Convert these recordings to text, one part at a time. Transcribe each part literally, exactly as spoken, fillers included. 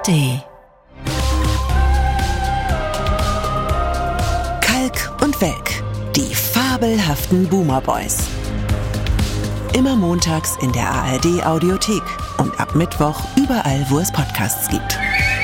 D. Kalk und Welk, die fabelhaften Boomer Boys. Immer montags in der A R D Audiothek und ab Mittwoch überall, wo es Podcasts gibt.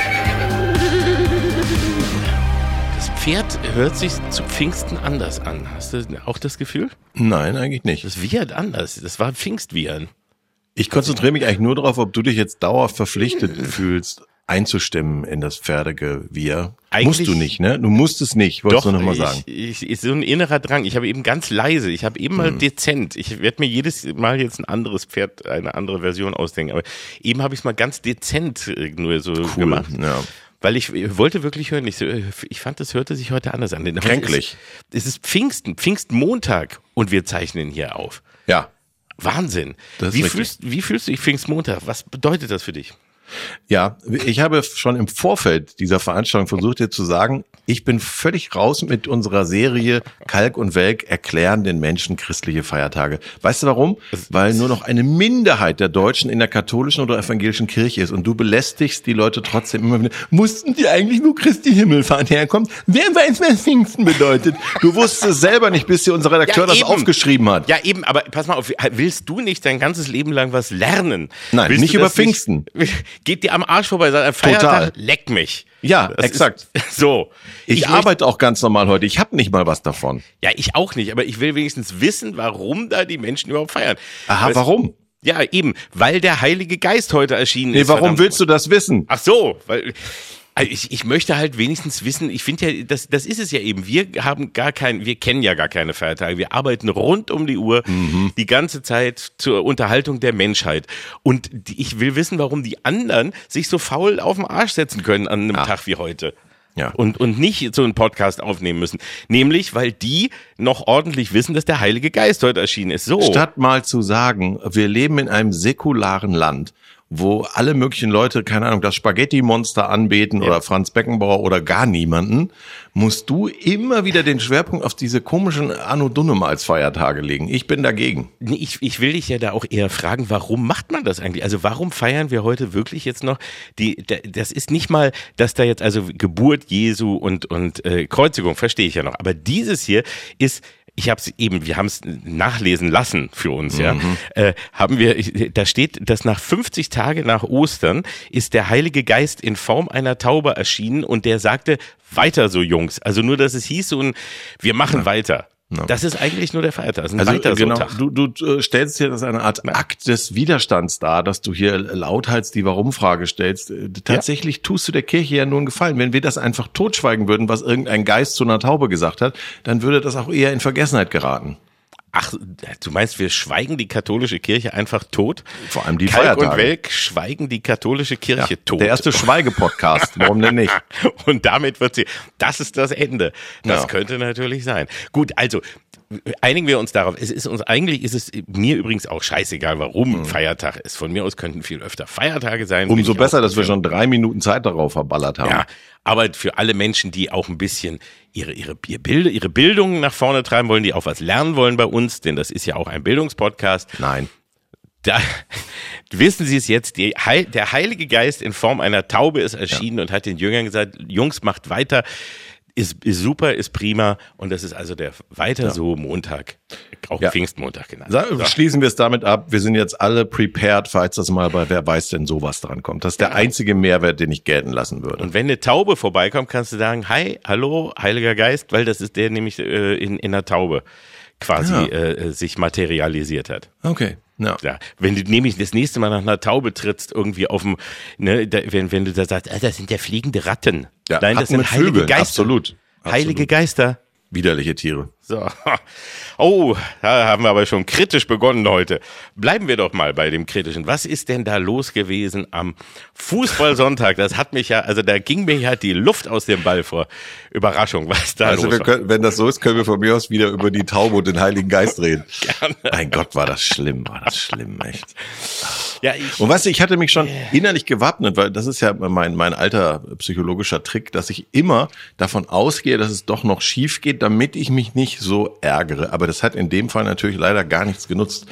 Das Pferd hört sich zu Pfingsten anders an. Hast du auch das Gefühl? Nein, eigentlich nicht. Das wiehert anders. Das war Pfingstwiehern. Ich konzentriere mich eigentlich nur darauf, ob du dich jetzt dauerhaft verpflichtet fühlst, einzustimmen in das Pferdegewirr. Musst du nicht, ne? Du musst es nicht, wolltest du noch mal sagen. Ich, ich, so ein innerer Drang. Ich habe eben ganz leise, ich habe eben mal hm. dezent. Ich werde mir jedes Mal jetzt ein anderes Pferd, eine andere Version ausdenken. Aber eben habe ich es mal ganz dezent nur so cool, gemacht. Ja. Weil ich, ich wollte wirklich hören, ich, ich fand, das hörte sich heute anders an. Kränklich. Es ist, es ist Pfingsten, Pfingstmontag und wir zeichnen hier auf. Ja. Wahnsinn. Das ist wie, richtig. fühlst, wie fühlst du dich Pfingstmontag? Was bedeutet das für dich? Ja, ich habe schon im Vorfeld dieser Veranstaltung versucht, dir zu sagen, ich bin völlig raus mit unserer Serie Kalk und Welk erklären den Menschen christliche Feiertage. Weißt du warum? Weil nur noch eine Minderheit der Deutschen in der katholischen oder evangelischen Kirche ist und du belästigst die Leute trotzdem immer wieder. Mussten die eigentlich nur Christi Himmelfahrt herkommen? Wer weiß, was Pfingsten bedeutet? Du wusstest es selber nicht, bis dir unser Redakteur ja, das aufgeschrieben hat. Ja eben, aber pass mal auf, willst du nicht dein ganzes Leben lang was lernen? Nein, willst nicht über Pfingsten. Nicht, geht dir am Arsch vorbei, sag ein Feiertag, Total. Leck mich. Ja, das exakt. Ist, so. Ich, ich arbeite auch ganz normal heute. Ich habe nicht mal was davon. Ja, ich auch nicht. Aber ich will wenigstens wissen, warum da die Menschen überhaupt feiern. Aha, weißt, warum? Ja, eben, weil der Heilige Geist heute erschienen nee, ist. Warum verdammt. willst du das wissen? Ach so, weil also ich, ich möchte halt wenigstens wissen, ich finde ja, das, das ist es ja eben, wir haben gar kein, wir kennen ja gar keine Feiertage, wir arbeiten rund um die Uhr, mhm. die ganze Zeit zur Unterhaltung der Menschheit und die, ich will wissen, warum die anderen sich so faul auf den Arsch setzen können an einem ja. Tag wie heute. Ja. Und, und nicht so einen Podcast aufnehmen müssen. Nämlich, weil die noch ordentlich wissen, dass der Heilige Geist heute erschienen ist. So. Statt mal zu sagen, wir leben in einem säkularen Land, wo alle möglichen Leute, keine Ahnung, das Spaghetti-Monster anbeten ja. oder Franz Beckenbauer oder gar niemanden, musst du immer wieder den Schwerpunkt auf diese komischen Anno Dunnemals Feiertage legen. Ich bin dagegen. Nee, ich, ich will dich ja da auch eher fragen, warum macht man das eigentlich? Also warum feiern wir heute wirklich jetzt noch die, das ist nicht mal, dass da jetzt also Geburt Jesu und, und äh, Kreuzigung, verstehe ich ja noch, aber dieses hier ist, ich habe es eben, wir haben es nachlesen lassen für uns, ja. Mhm. Äh, haben wir, da steht, dass nach fünfzig Tage nach Ostern ist der Heilige Geist in Form einer Taube erschienen und der sagte, weiter so Jungs. Also nur, dass es hieß so ein, wir machen ja. weiter. No. Das ist eigentlich nur der Feiertag. Das ist ein also weiter genau, Sonntag. du, du stellst hier das eine Art Akt des Widerstands dar, dass du hier lauthals die Warum-Frage stellst. Tatsächlich ja. tust du der Kirche ja nur einen Gefallen. Wenn wir das einfach totschweigen würden, was irgendein Geist zu einer Taube gesagt hat, dann würde das auch eher in Vergessenheit geraten. Ach, du meinst, wir schweigen die katholische Kirche einfach tot? Vor allem die Kalk Feiertage. und Welk schweigen die katholische Kirche ja, tot. Der erste Schweigepodcast, warum denn nicht? Und damit wird sie, das ist das Ende. Das ja. könnte natürlich sein. Gut, also einigen wir uns darauf. Es ist uns eigentlich ist es mir übrigens auch scheißegal, warum mhm. Feiertag ist. Von mir aus könnten viel öfter Feiertage sein. Umso besser, dass wir schon drei Minuten Zeit darauf verballert haben. Ja, aber für alle Menschen, die auch ein bisschen ihre ihre ihr Bild, ihre Bildung nach vorne treiben wollen, die auch was lernen wollen bei uns, denn das ist ja auch ein Bildungspodcast. Nein. Da wissen Sie es jetzt, die Heil, der Heilige Geist in Form einer Taube ist erschienen ja. und hat den Jüngern gesagt, Jungs, macht weiter. Ist, ist super, ist prima und das ist also der weiter ja. so Montag, auch ja. Pfingstmontag genannt. So. Schließen wir es damit ab, wir sind jetzt alle prepared, falls das mal bei Wer weiß denn sowas dran kommt. Das ist der ja. einzige Mehrwert, den ich gelten lassen würde. Und wenn eine Taube vorbeikommt, kannst du sagen, hi, hallo, Heiliger Geist, weil das ist der nämlich äh, in, in einer Taube quasi ja. äh, sich materialisiert hat. Okay. Ja. Ja, wenn du nämlich das nächste Mal nach einer Taube trittst, irgendwie auf dem, ne, da, wenn, wenn du da sagst, ah, das sind ja fliegende Ratten. Ja, Nein, das sind heilige Flügeln. Geister. Absolut. Heilige Absolut. Geister. Widerliche Tiere. So. Oh, da haben wir aber schon kritisch begonnen heute. Bleiben wir doch mal bei dem Kritischen. Was ist denn da los gewesen am Fußballsonntag? Das hat mich ja, also da ging mir ja die Luft aus dem Ball vor Überraschung, was da also los wir war. können, wenn das so ist, können wir von mir aus wieder über die Taube und den Heiligen Geist reden. Gerne. Mein Gott, war das schlimm, war das schlimm, echt. Ja, ich, und weißt du, ich hatte mich schon innerlich gewappnet, weil das ist ja mein, mein alter psychologischer Trick, dass ich immer davon ausgehe, dass es doch noch schief geht, damit ich mich nicht so ärgere. Aber das hat in dem Fall natürlich leider gar nichts genutzt.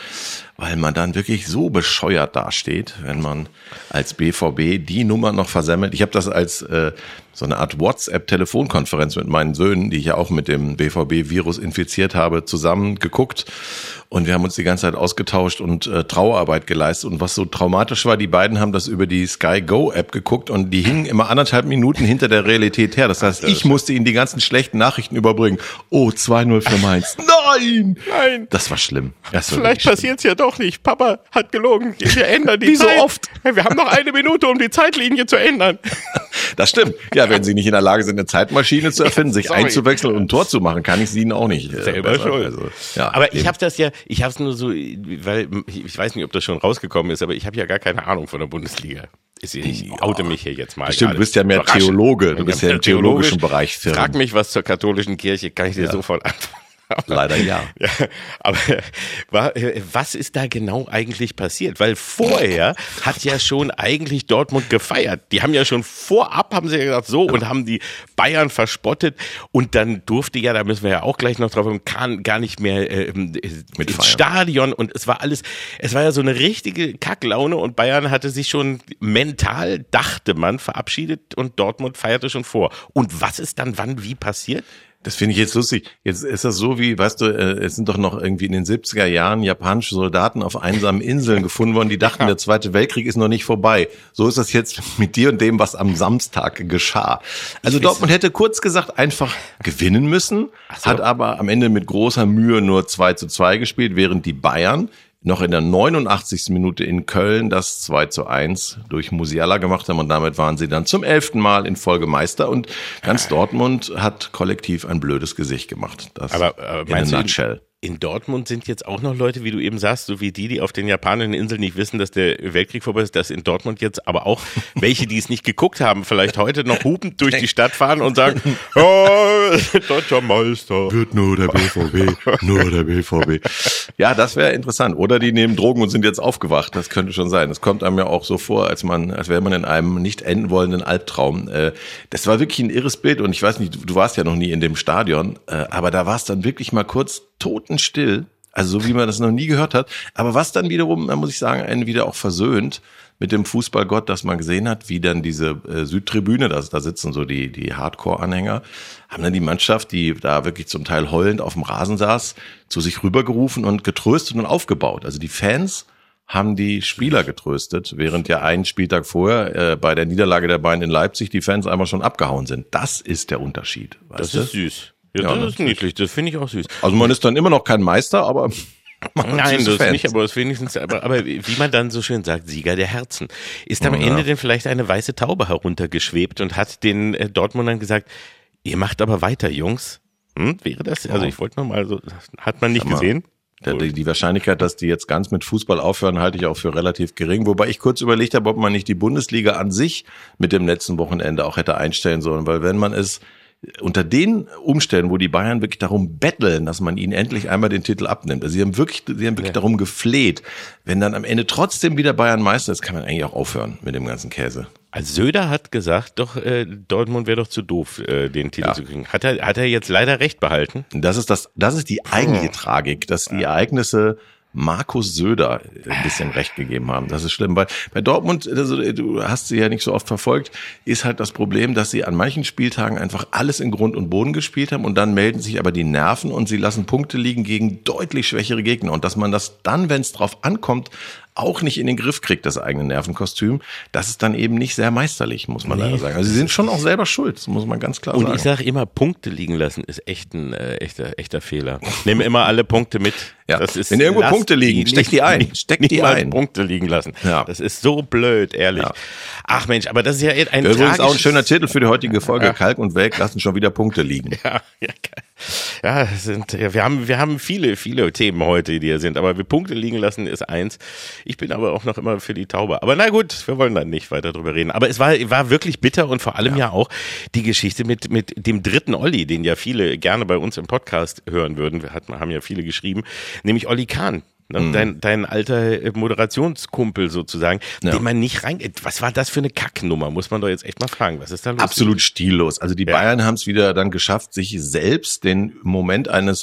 weil man dann wirklich so bescheuert dasteht, wenn man als B V B die Nummer noch versemmelt. Ich habe das als äh, so eine Art WhatsApp-Telefonkonferenz mit meinen Söhnen, die ich ja auch mit dem B V B-Virus infiziert habe, zusammen geguckt. Und wir haben uns die ganze Zeit ausgetauscht und äh, Trauerarbeit geleistet. Und was so traumatisch war, die beiden haben das über die Sky Go-App geguckt und die hingen immer anderthalb Minuten hinter der Realität her. Das heißt, ich musste ihnen die ganzen schlechten Nachrichten überbringen. Oh, zwei null für Mainz. Nein! Nein! Das war schlimm. Das war Vielleicht passiert's ja doch nicht. Papa hat gelogen. Wir ändern die Wie so Zeit. oft. Wir haben noch eine Minute, um die Zeitlinie zu ändern. Das stimmt. Ja, wenn Sie nicht in der Lage sind, eine Zeitmaschine zu erfinden, sich Sorry. einzuwechseln und ein Tor zu machen, kann ich Sie Ihnen auch nicht. Äh, Selber besser. schuld. Also, ja, aber ich eben. habe das ja, ich habe es nur so, weil ich weiß nicht, ob das schon rausgekommen ist, aber ich habe ja gar keine Ahnung von der Bundesliga. Ich oute mich hier jetzt mal. Stimmt, gerade. du bist ja mehr Überraschend. Theologe. Du bist ja im theologischen Bereich firm. Frag mich was zur katholischen Kirche, kann ich dir Ja. sofort antworten. Leider ja. Ja, aber wa- was ist da genau eigentlich passiert? Weil vorher hat ja schon eigentlich Dortmund gefeiert. Die haben ja schon vorab, haben sie ja gesagt, so, und haben die Bayern verspottet. Und dann durfte ja, da müssen wir ja auch gleich noch drauf kommen, kann gar nicht mehr äh, Mit ins feiern. Stadion. Und es war alles, es war ja so eine richtige Kacklaune. Und Bayern hatte sich schon mental, dachte man, verabschiedet und Dortmund feierte schon vor. Und was ist dann wann wie passiert? Das finde ich jetzt lustig. Jetzt ist das so wie, weißt du, äh, es sind doch noch irgendwie in den siebziger Jahren japanische Soldaten auf einsamen Inseln gefunden worden, die dachten, der Zweite Weltkrieg ist noch nicht vorbei. So ist das jetzt mit dir und dem, was am Samstag geschah. Also Ich Dortmund hätte kurz gesagt einfach gewinnen müssen, so. hat aber am Ende mit großer Mühe nur zwei zu zwei gespielt, während die Bayern noch in der neunundachtzigsten Minute in Köln das zwei zu eins durch Musiala gemacht haben und damit waren sie dann zum elften Mal in Folge Meister und ganz Dortmund hat kollektiv ein blödes Gesicht gemacht. Das Aber äh, in meinst a du, nutshell. in Dortmund sind jetzt auch noch Leute, wie du eben sagst, so wie die, die auf den japanischen Inseln nicht wissen, dass der Weltkrieg vorbei ist, dass in Dortmund jetzt aber auch welche, die es nicht geguckt haben, vielleicht heute noch hupend durch die Stadt fahren und sagen, oh, deutscher Meister. Wird nur der B V B, nur der B V B. Ja, das wäre interessant. Oder die nehmen Drogen und sind jetzt aufgewacht. Das könnte schon sein. Das kommt einem ja auch so vor, als man, als wäre man in einem nicht enden wollenden Albtraum. Äh, Das war wirklich ein irres Bild und ich weiß nicht, du warst ja noch nie in dem Stadion, äh, aber da war es dann wirklich mal kurz totenstill. Also so wie man das noch nie gehört hat. Aber was dann wiederum, da muss ich sagen, einen wieder auch versöhnt mit dem Fußballgott, dass man gesehen hat, wie dann diese äh, Südtribüne, da, da sitzen so die die Hardcore-Anhänger, haben dann die Mannschaft, die da wirklich zum Teil heulend auf dem Rasen saß, zu sich rübergerufen und getröstet und aufgebaut. Also die Fans haben die Spieler getröstet, während ja einen Spieltag vorher äh, bei der Niederlage der Bayern in Leipzig die Fans einmal schon abgehauen sind. Das ist der Unterschied. Weißt Das du? ist süß. Ja, Ja, das ne? ist niedlich, das finde ich auch süß. Also man ist dann immer noch kein Meister, aber man hat Nein, süße das Fans. nicht, aber das wenigstens, aber, aber wie man dann so schön sagt, Sieger der Herzen. Ist am Ja. Ende denn vielleicht eine weiße Taube heruntergeschwebt und hat den äh, Dortmundern gesagt, ihr macht aber weiter, Jungs? Hm, wäre das? Also ich wollte noch mal so, hat man nicht Sag mal. gesehen? Der- Die, die Wahrscheinlichkeit, dass die jetzt ganz mit Fußball aufhören, halte ich auch für relativ gering. Wobei ich kurz überlegt habe, ob man nicht die Bundesliga an sich mit dem letzten Wochenende auch hätte einstellen sollen. Weil wenn man es unter den Umständen, wo die Bayern wirklich darum betteln, dass man ihnen endlich einmal den Titel abnimmt. Also sie haben wirklich, sie haben wirklich Ja. darum gefleht. Wenn dann am Ende trotzdem wieder Bayern Meister ist, kann man eigentlich auch aufhören mit dem ganzen Käse. Also Söder hat gesagt, doch äh, Dortmund wäre doch zu doof, äh, den Titel Ja. zu kriegen. Hat er, hat er jetzt leider recht behalten? Und das ist das, das ist die eigentliche Tragik, dass die Ereignisse Markus Söder ein bisschen recht gegeben haben. Das ist schlimm, weil bei Dortmund, also du hast sie ja nicht so oft verfolgt, ist halt das Problem, dass sie an manchen Spieltagen einfach alles in Grund und Boden gespielt haben und dann melden sich aber die Nerven und sie lassen Punkte liegen gegen deutlich schwächere Gegner. Und dass man das dann, wenn es drauf ankommt, auch nicht in den Griff kriegt, das eigene Nervenkostüm, das ist dann eben nicht sehr meisterlich, muss man Nee. leider sagen. Also sie sind schon auch selber schuld, das muss man ganz klar Und sagen. ich sage immer, Punkte liegen lassen ist echt ein äh, echter, echter Fehler. Nimm immer alle Punkte mit. Ja. Das ist, Wenn irgendwo lass Punkte liegen, steck die ein. Steck die niemals ein. Punkte liegen lassen. Ja. Das ist so blöd, ehrlich. Ja. Ach Mensch, aber das ist ja ein Das ist übrigens auch ein tragisches- schöner Titel für die heutige Folge. Kalk und Welk lassen schon wieder Punkte liegen. Ja, ja, geil. Ja, es sind, ja, wir haben, wir haben viele, viele Themen heute, die hier sind, aber wir Punkte liegen lassen ist eins. Ich bin aber auch noch immer für die Taube. Aber na gut, wir wollen dann nicht weiter drüber reden. Aber es war, war wirklich bitter und vor allem ja, ja auch die Geschichte mit, mit dem dritten Olli, den ja viele gerne bei uns im Podcast hören würden. Wir hatten, haben ja viele geschrieben, nämlich Olli Kahn. Mhm. Dein, dein alter Moderationskumpel sozusagen, Ja. den man nicht rein, was war das für eine Kacknummer? Muss man doch jetzt echt mal fragen. Was ist da los? Absolut stillos. Also die Ja. Bayern haben es wieder dann geschafft, sich selbst den Moment eines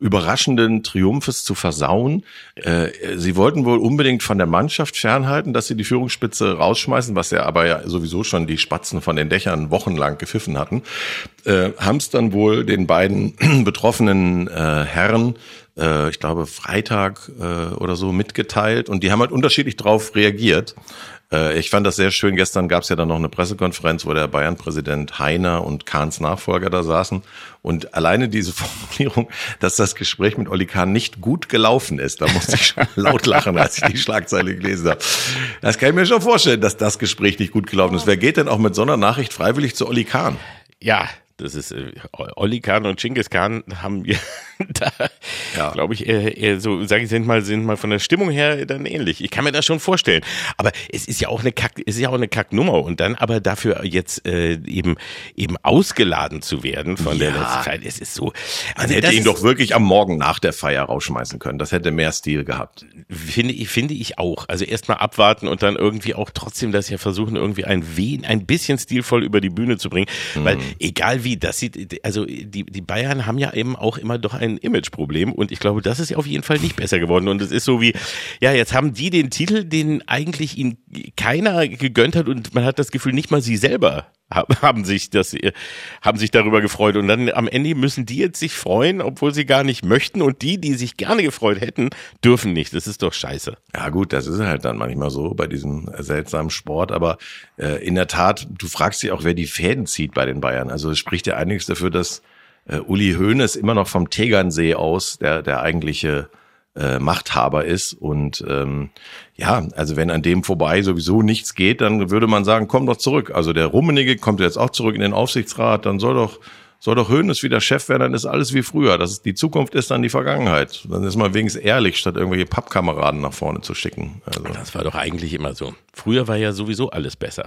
überraschenden Triumphes zu versauen. Äh, sie wollten wohl unbedingt von der Mannschaft fernhalten, dass sie die Führungsspitze rausschmeißen, was ja aber ja sowieso schon die Spatzen von den Dächern wochenlang gepfiffen hatten. Äh, haben es dann wohl den beiden betroffenen äh, Herren, äh, ich glaube Freitag äh, oder so, mitgeteilt und die haben halt unterschiedlich drauf reagiert. Ich fand das sehr schön. Gestern gab es ja dann noch eine Pressekonferenz, wo der Bayern-Präsident Heiner und Kahns Nachfolger da saßen. Und alleine diese Formulierung, dass das Gespräch mit Oli Kahn nicht gut gelaufen ist, da musste ich schon laut lachen, als ich die Schlagzeile gelesen habe. Das kann ich mir schon vorstellen, dass das Gespräch nicht gut gelaufen ist. Wer geht denn auch mit so einer Nachricht freiwillig zu Oli Kahn? Ja, das ist äh, Oli Kahn und Genghis Kahn haben wir da, ja. glaube ich, eher, eher so, sage ich, sind mal, sind mal von der Stimmung her dann ähnlich. Ich kann mir das schon vorstellen. Aber es ist ja auch eine Kack, es ist ja auch eine Kacknummer und dann aber dafür jetzt äh, eben eben ausgeladen zu werden von ja. der letzten Zeit. Es ist so. Man also hätte ihn doch wirklich am Morgen nach der Feier rausschmeißen können. Das hätte mehr Stil gehabt. Finde ich, finde ich auch. Also erstmal abwarten und dann irgendwie auch trotzdem das ja versuchen, irgendwie ein wen, ein bisschen stilvoll über die Bühne zu bringen. Mhm. Weil egal wie, das sieht, also die, die Bayern haben ja eben auch immer doch ein Imageproblem und ich glaube, das ist ja auf jeden Fall nicht besser geworden und es ist so wie, ja, jetzt haben die den Titel, den eigentlich ihnen keiner gegönnt hat und man hat das Gefühl, nicht mal sie selber haben sich das, haben sich darüber gefreut und dann am Ende müssen die jetzt sich freuen, obwohl sie gar nicht möchten und die, die sich gerne gefreut hätten, dürfen nicht. Das ist doch scheiße. Ja gut, das ist halt dann manchmal so bei diesem seltsamen Sport, aber äh, in der Tat, du fragst dich auch, wer die Fäden zieht bei den Bayern. Also es spricht ja einiges dafür, dass äh, Uli Hoeneß immer noch vom Tegernsee aus der der eigentliche äh, Machthaber ist und ähm, ja, also wenn an dem vorbei sowieso nichts geht, dann würde man sagen, komm doch zurück. Also der Rummenigge kommt jetzt auch zurück in den Aufsichtsrat, dann soll doch soll doch Hoeneß wieder Chef werden, dann ist alles wie früher. Das ist, die Zukunft ist dann die Vergangenheit. Dann ist man wenigstens ehrlich, statt irgendwelche Pappkameraden nach vorne zu schicken. Also. Das war doch eigentlich immer so. Früher war ja sowieso alles besser.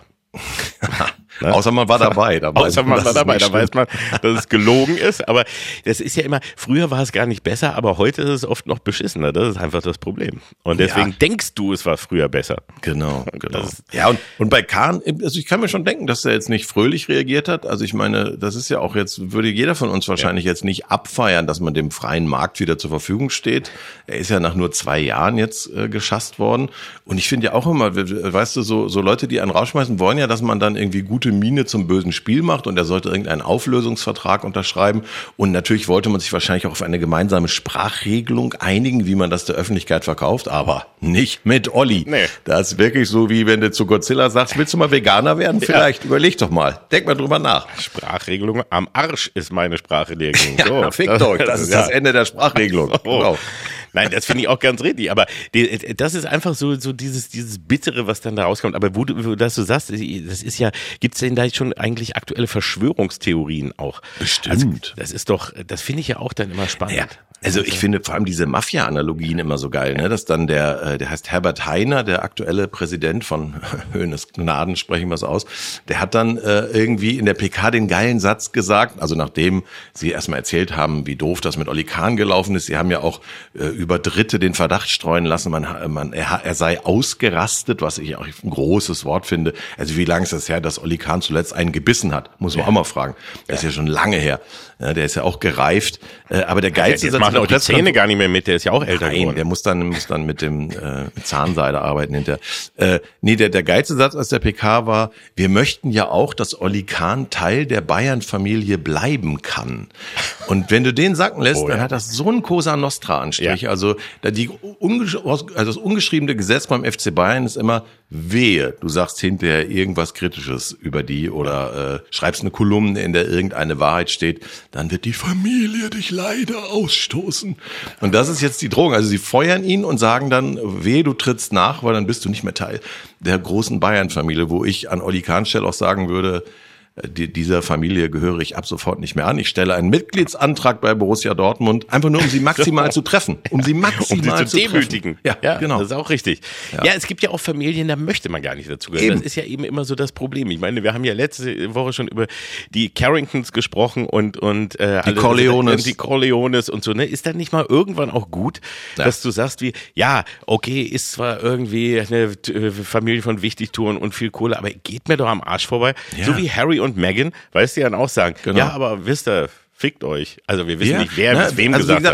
Ne? Außer man war dabei. Da Außer man war dabei, da weiß man, dass es gelogen ist. Aber das ist ja immer, früher war es gar nicht besser, aber heute ist es oft noch beschissener. Das ist einfach das Problem. Und deswegen ja. denkst du, es war früher besser. Genau, genau. Das, ja, und, und bei Kahn, also ich kann mir schon denken, dass er jetzt nicht fröhlich reagiert hat. Also ich meine, das ist ja auch jetzt, würde jeder von uns wahrscheinlich ja. jetzt nicht abfeiern, dass man dem freien Markt wieder zur Verfügung steht. Er ist ja nach nur zwei Jahren jetzt äh, geschasst worden. Und ich finde ja auch immer, weißt du, so, so Leute, die einen rausschmeißen, wollen ja, dass man dann irgendwie gute Miene zum bösen Spiel macht und er sollte irgendeinen Auflösungsvertrag unterschreiben. Und natürlich wollte man sich wahrscheinlich auch auf eine gemeinsame Sprachregelung einigen, wie man das der Öffentlichkeit verkauft, aber nicht mit Olli. Nee. Das ist wirklich so, wie wenn du zu Godzilla sagst, willst du mal Veganer werden? Vielleicht, ja. Überleg doch mal. Denk mal drüber nach. Sprachregelung am Arsch ist meine Sprachregelung. So, ja, fickt euch. Das ist ja. das Ende der Sprachregelung. Oh. Genau. Nein, das finde ich auch ganz richtig. Aber die, das ist einfach so, so dieses, dieses Bittere, was dann da rauskommt. Aber wo du, wo das du sagst, das ist ja, gibt's denn da schon eigentlich aktuelle Verschwörungstheorien auch? Bestimmt. Also, das ist doch, das finde ich ja auch dann immer spannend. Ja. Also ich finde vor allem diese Mafia-Analogien immer so geil, ne? Dass dann der, der heißt Herbert Heiner, der aktuelle Präsident von Hoeneß Gnaden, sprechen wir es aus, der hat dann äh, irgendwie in der P K den geilen Satz gesagt, also nachdem sie erstmal erzählt haben, wie doof das mit Oli Kahn gelaufen ist, sie haben ja auch äh, über Dritte den Verdacht streuen lassen, man, man, er, er sei ausgerastet, was ich auch ein großes Wort finde. Also wie lange ist das her, dass Oli Kahn zuletzt einen gebissen hat? Muss man ja. auch mal fragen. Das ja. ist ja schon lange her. Ja, der ist ja auch gereift. Äh, aber der geilste Satz macht auch die Zähne gar nicht mehr mit, der ist ja auch älter geworden. Nein, der muss dann muss dann mit dem äh, mit Zahnseide arbeiten hinterher. Äh, nee, der der geilste Satz aus der P K war: Wir möchten ja auch, dass Oli Kahn Teil der Bayern-Familie bleiben kann. Und wenn du den sacken lässt, oh, ja. dann hat das so einen Cosa Nostra-Anstrich. Ja. Also da die ungesch- also das ungeschriebene Gesetz beim F C Bayern ist immer: Wehe, du sagst hinterher irgendwas Kritisches über die oder äh, schreibst eine Kolumne, in der irgendeine Wahrheit steht, dann wird die Familie dich leider ausstoßen. Und das ist jetzt die Drohung. Also sie feuern ihn und sagen dann, wehe, du trittst nach, weil dann bist du nicht mehr Teil der großen Bayern-Familie, wo ich an Oli Kahns Stelle auch sagen würde, Die, dieser Familie gehöre ich ab sofort nicht mehr an. Ich stelle einen Mitgliedsantrag bei Borussia Dortmund, einfach nur, um sie maximal zu treffen. Um sie maximal um sie zu, zu demütigen. Ja, ja, genau. Das ist auch richtig. Ja. ja, es gibt ja auch Familien, da möchte man gar nicht dazu gehören. Eben. Das ist ja eben immer so das Problem. Ich meine, wir haben ja letzte Woche schon über die Carringtons gesprochen und und äh, die alle, Corleones. Die Corleones und so. Ne, ist dann nicht mal irgendwann auch gut, ja. dass du sagst wie, ja, okay, ist zwar irgendwie eine Familie von Wichtigtouren und viel Kohle, aber geht mir doch am Arsch vorbei. Ja. So wie Harry und und Meghan, weißt du, dann auch sagen, genau. ja, aber wisst ihr, fickt euch. Also wir wissen ja, nicht, wer na, es wem also gesagt, gesagt, hat.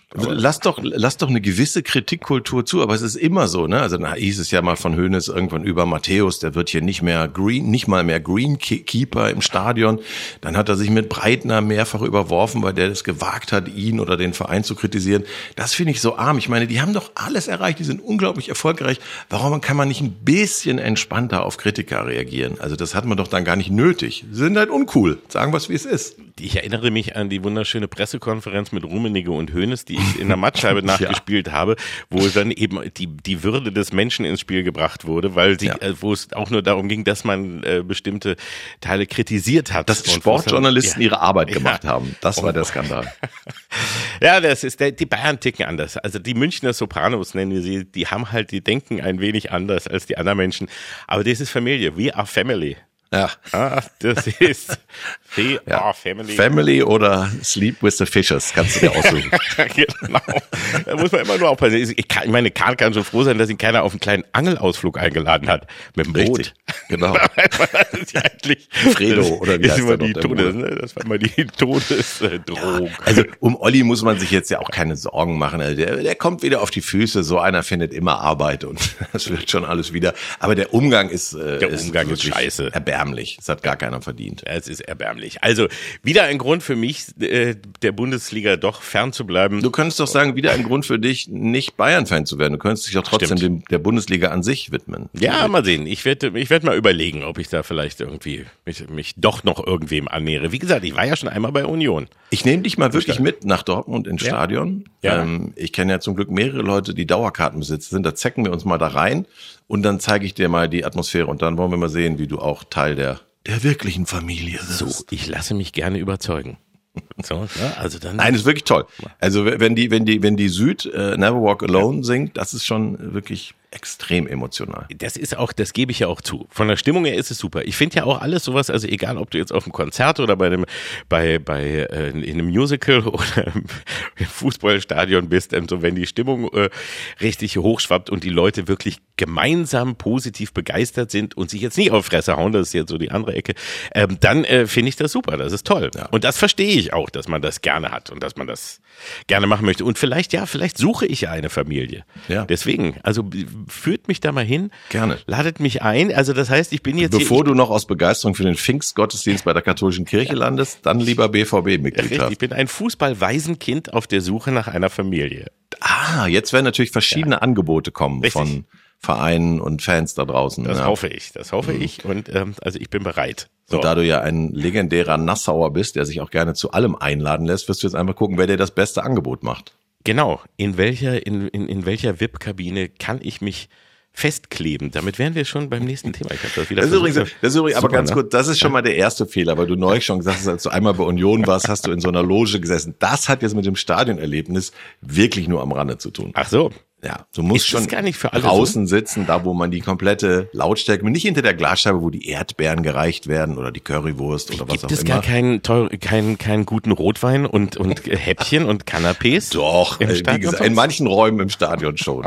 Lass doch, lass doch eine gewisse Kritikkultur zu, aber es ist immer so, ne? Also na, hieß es ja mal von Hoeneß irgendwann über Matthäus, der wird hier nicht mehr Green, nicht mal mehr Greenkeeper im Stadion. Dann hat er sich mit Breitner mehrfach überworfen, weil der es gewagt hat, ihn oder den Verein zu kritisieren. Das finde ich so arm. Ich meine, die haben doch alles erreicht, die sind unglaublich erfolgreich. Warum kann man nicht ein bisschen entspannter auf Kritiker reagieren? Also das hat man doch dann gar nicht nötig. Sie sind halt uncool. Sagen wir es, wie es ist. Ich erinnere mich an die wunderschöne Pressekonferenz mit Rummenigge und Hoeneß, die ich in der Mattscheibe nachgespielt ja. habe, wo dann eben die die Würde des Menschen ins Spiel gebracht wurde, weil sie, ja. äh, wo es auch nur darum ging, dass man äh, bestimmte Teile kritisiert hat. Dass Sportjournalisten ja. ihre Arbeit gemacht ja. haben. Das war der Skandal. Ja, das ist der, die Bayern ticken anders. Also die Münchner Sopranos nennen wir sie, die haben halt, die denken ein wenig anders als die anderen Menschen. Aber das ist Familie. We are family. Ja. Ah, das ist We ja. are family. Family oder Sleep with the Fishes, kannst du dir aussuchen. Genau. Da muss man immer nur aufpassen. Ich, kann, ich meine, Karl kann schon froh sein, dass ihn keiner auf einen kleinen Angelausflug eingeladen hat. Mit dem Boot. Richtig. Genau. Das ist ja eigentlich Fredo oder wie heißt immer der die noch, Todes, ne? Das war immer die Todesdrohung. Ja, also um Olli muss man sich jetzt ja auch keine Sorgen machen. Also der, der kommt wieder auf die Füße. So einer findet immer Arbeit und das wird schon alles wieder. Aber der Umgang ist äh, der Umgang ist, ist scheiße. Erbärmlich. Das hat gar keiner verdient. Es ist erbärmlich. Also wieder ein Grund für mich, äh, der Bundesliga doch fernzubleiben. Du könntest doch sagen, wieder ein Grund für dich, nicht Bayern-Fan zu werden. Du könntest dich doch trotzdem dem, der Bundesliga an sich widmen. Ja, mal sehen. Ich werde ich werd mal überlegen, ob ich da vielleicht irgendwie mich, mich doch noch irgendwem annähere. Wie gesagt, ich war ja schon einmal bei Union. Ich nehme dich mal wirklich mit nach Dortmund ins ja. Stadion. Ja. Ähm, ich kenne ja zum Glück mehrere Leute, die Dauerkartenbesitzer sind. Da zecken wir uns mal da rein und dann zeige ich dir mal die Atmosphäre und dann wollen wir mal sehen, wie du auch Teil der der wirklichen Familie bist. So, ich lasse mich gerne überzeugen. So, ja, also dann. Nein, ist wirklich toll. Also wenn die, wenn die, wenn die Süd äh, Never Walk Alone ja. singt, das ist schon wirklich extrem emotional. Das ist auch, das gebe ich ja auch zu. Von der Stimmung her ist es super. Ich finde ja auch alles sowas, also egal, ob du jetzt auf einem Konzert oder bei einem, bei, bei, äh, in einem Musical oder im Fußballstadion bist, und so, wenn die Stimmung äh, richtig hochschwappt und die Leute wirklich gemeinsam positiv begeistert sind und sich jetzt nicht auf Fresse hauen, das ist jetzt so die andere Ecke, ähm, dann äh, finde ich das super, das ist toll. Ja. Und das verstehe ich auch, dass man das gerne hat und dass man das gerne machen möchte. Und vielleicht, ja, vielleicht suche ich ja eine Familie. Ja. Deswegen, also führt mich da mal hin. Gerne. Ladet mich ein. Also das heißt, ich bin jetzt Bevor hier, du noch aus Begeisterung für den Pfingstgottesdienst bei der katholischen Kirche landest, dann lieber B V B-Mitgliedschaft. Richtig, ich bin ein Fußball-Waisenkind auf der Suche nach einer Familie. Ah, jetzt werden natürlich verschiedene ja. Angebote kommen Richtig. von Vereinen und Fans da draußen. Das ja. hoffe ich, das hoffe mhm. ich. Und ähm, also ich bin bereit. So. Und da du ja ein legendärer Nassauer bist, der sich auch gerne zu allem einladen lässt, wirst du jetzt einfach gucken, wer dir das beste Angebot macht. Genau. In welcher, in, in, in welcher V I P-Kabine kann ich mich festkleben? Damit wären wir schon beim nächsten Thema. Ich hab das wieder das ist übrigens, das ist übrigens Super, aber ganz ne? gut, das ist schon mal der erste Fehler, weil du neulich schon gesagt hast, als du einmal bei Union warst, hast du in so einer Loge gesessen. Das hat jetzt mit dem Stadionerlebnis wirklich nur am Rande zu tun. Ach so. Ja, du musst ist schon gar nicht für alle draußen so? sitzen, da wo man die komplette Lautstärke, nicht hinter der Glasscheibe, wo die Erdbeeren gereicht werden oder die Currywurst oder was Gibt auch es immer. gar keinen, teuer, keinen, keinen guten Rotwein und, und Häppchen und Canapés? Doch, im äh, wie Stadion gesagt, in manchen Räumen im Stadion schon.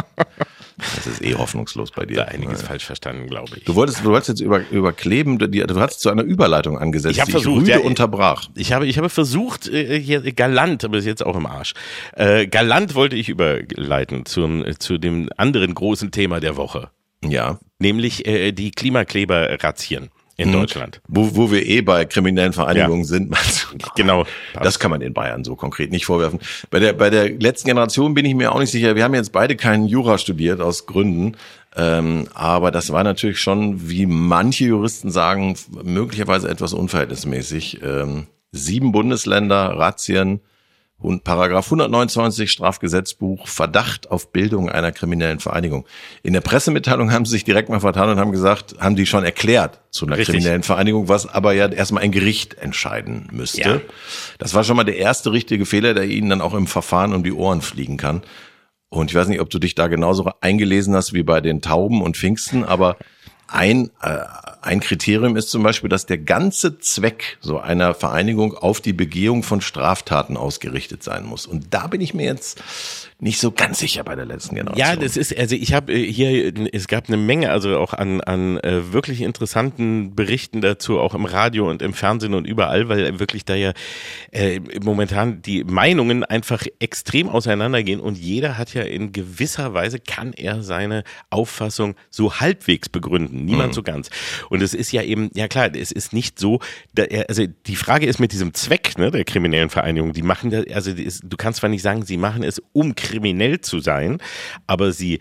Das ist eh hoffnungslos bei dir. Da einiges ja. falsch verstanden, glaube ich. Du wolltest, du wolltest jetzt über, über Kleben, du hast zu einer Überleitung angesetzt, ich hab die versucht, ich rüde ja, unterbrach. Ich habe, ich habe versucht, äh, hier galant, aber ist jetzt auch im Arsch. Äh, galant wollte ich überleiten zum, zu dem anderen großen Thema der Woche. Ja. Nämlich äh, die Klimakleber-Razzien in mhm. Deutschland. Wo, wo wir eh bei kriminellen Vereinigungen ja. sind. Genau. Das kann man in Bayern so konkret nicht vorwerfen. Bei der, bei der letzten Generation bin ich mir auch nicht sicher. Wir haben jetzt beide keinen Jura studiert aus Gründen. Ähm, aber das war natürlich schon, wie manche Juristen sagen, möglicherweise etwas unverhältnismäßig. Ähm, sieben Bundesländer, Razzien, und Paragraph hundertneunundzwanzig Strafgesetzbuch, Verdacht auf Bildung einer kriminellen Vereinigung. In der Pressemitteilung haben sie sich direkt mal vertan und haben gesagt, haben die schon erklärt zu einer Richtig. kriminellen Vereinigung, was aber ja erstmal ein Gericht entscheiden müsste. Ja. Das war schon mal der erste richtige Fehler, der ihnen dann auch im Verfahren um die Ohren fliegen kann. Und ich weiß nicht, ob du dich da genauso eingelesen hast wie bei den Tauben und Pfingsten, aber ein, äh, ein Kriterium ist zum Beispiel, dass der ganze Zweck so einer Vereinigung auf die Begehung von Straftaten ausgerichtet sein muss. Und da bin ich mir jetzt nicht so ganz sicher bei der letzten Generation. Ja, das ist, also ich habe hier, es gab eine Menge, also auch an, an äh, wirklich interessanten Berichten dazu, auch im Radio und im Fernsehen und überall, weil wirklich da ja äh, momentan die Meinungen einfach extrem auseinandergehen und jeder hat ja in gewisser Weise, kann er seine Auffassung so halbwegs begründen, niemand mhm. so ganz. Und es ist ja eben, ja klar, es ist nicht so, da er, also die Frage ist mit diesem Zweck, ne, der kriminellen Vereinigung, die machen da, also die ist, du kannst zwar nicht sagen, sie machen es, um kriminell zu sein, aber sie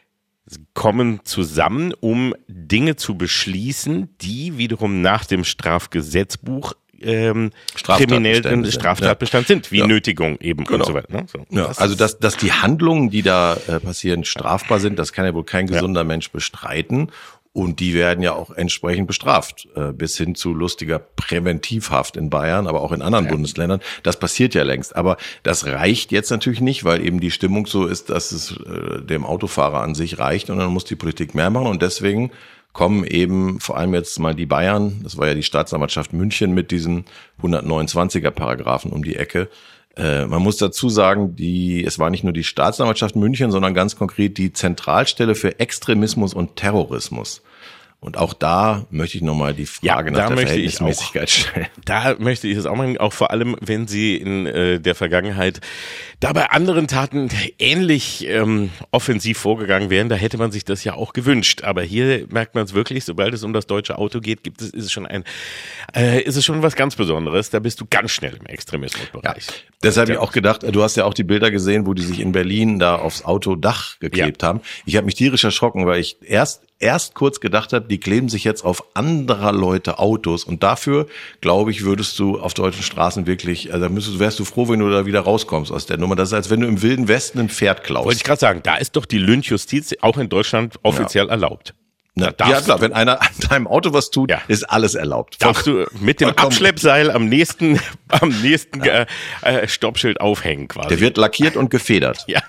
kommen zusammen, um Dinge zu beschließen, die wiederum nach dem Strafgesetzbuch ähm, kriminellen Straftatbestand sind, wie ja. Nötigung eben genau. und so weiter. Ne? So. Ja, das also dass, dass die Handlungen, die da äh, passieren, strafbar sind, das kann ja wohl kein gesunder ja. Mensch bestreiten. Und die werden ja auch entsprechend bestraft, äh, bis hin zu lustiger Präventivhaft in Bayern, aber auch in anderen ja. Bundesländern. Das passiert ja längst. Aber das reicht jetzt natürlich nicht, weil eben die Stimmung so ist, dass es äh, dem Autofahrer an sich reicht und dann muss die Politik mehr machen. Und deswegen kommen eben vor allem jetzt mal die Bayern, das war ja die Staatsanwaltschaft München mit diesen hundertneunundzwanziger Paragraphen um die Ecke. Äh, man muss dazu sagen, die, es war nicht nur die Staatsanwaltschaft München, sondern ganz konkret die Zentralstelle für Extremismus und Terrorismus. Und auch da möchte ich nochmal die Frage ja, nach der Verhältnismäßigkeit stellen. Da möchte ich es auch machen, auch vor allem, wenn Sie in äh, der Vergangenheit da bei anderen Taten ähnlich ähm, offensiv vorgegangen wären, da hätte man sich das ja auch gewünscht. Aber hier merkt man es wirklich, sobald es um das deutsche Auto geht, gibt es, ist es schon ein, äh, ist es schon was ganz Besonderes. Da bist du ganz schnell im Extremismusbereich. Ja, deshalb habe ich auch gedacht, du hast ja auch die Bilder gesehen, wo die sich in Berlin da aufs Autodach geklebt ja. haben. Ich habe mich tierisch erschrocken, weil ich erst erst kurz gedacht habe, die kleben sich jetzt auf anderer Leute Autos und dafür, glaube ich, würdest du auf deutschen Straßen wirklich, also müsstest, wärst du froh, wenn du da wieder rauskommst aus der Nummer. Das ist, als wenn du im Wilden Westen ein Pferd klaust. Wollte ich gerade sagen, da ist doch die Lynchjustiz auch in Deutschland offiziell ja. erlaubt. Na, ja klar, wenn einer an deinem Auto was tut, ja. ist alles erlaubt. Darfst du mit dem Abschleppseil am nächsten, am nächsten ja. äh, Stoppschild aufhängen quasi. Der wird lackiert und gefedert. Ja.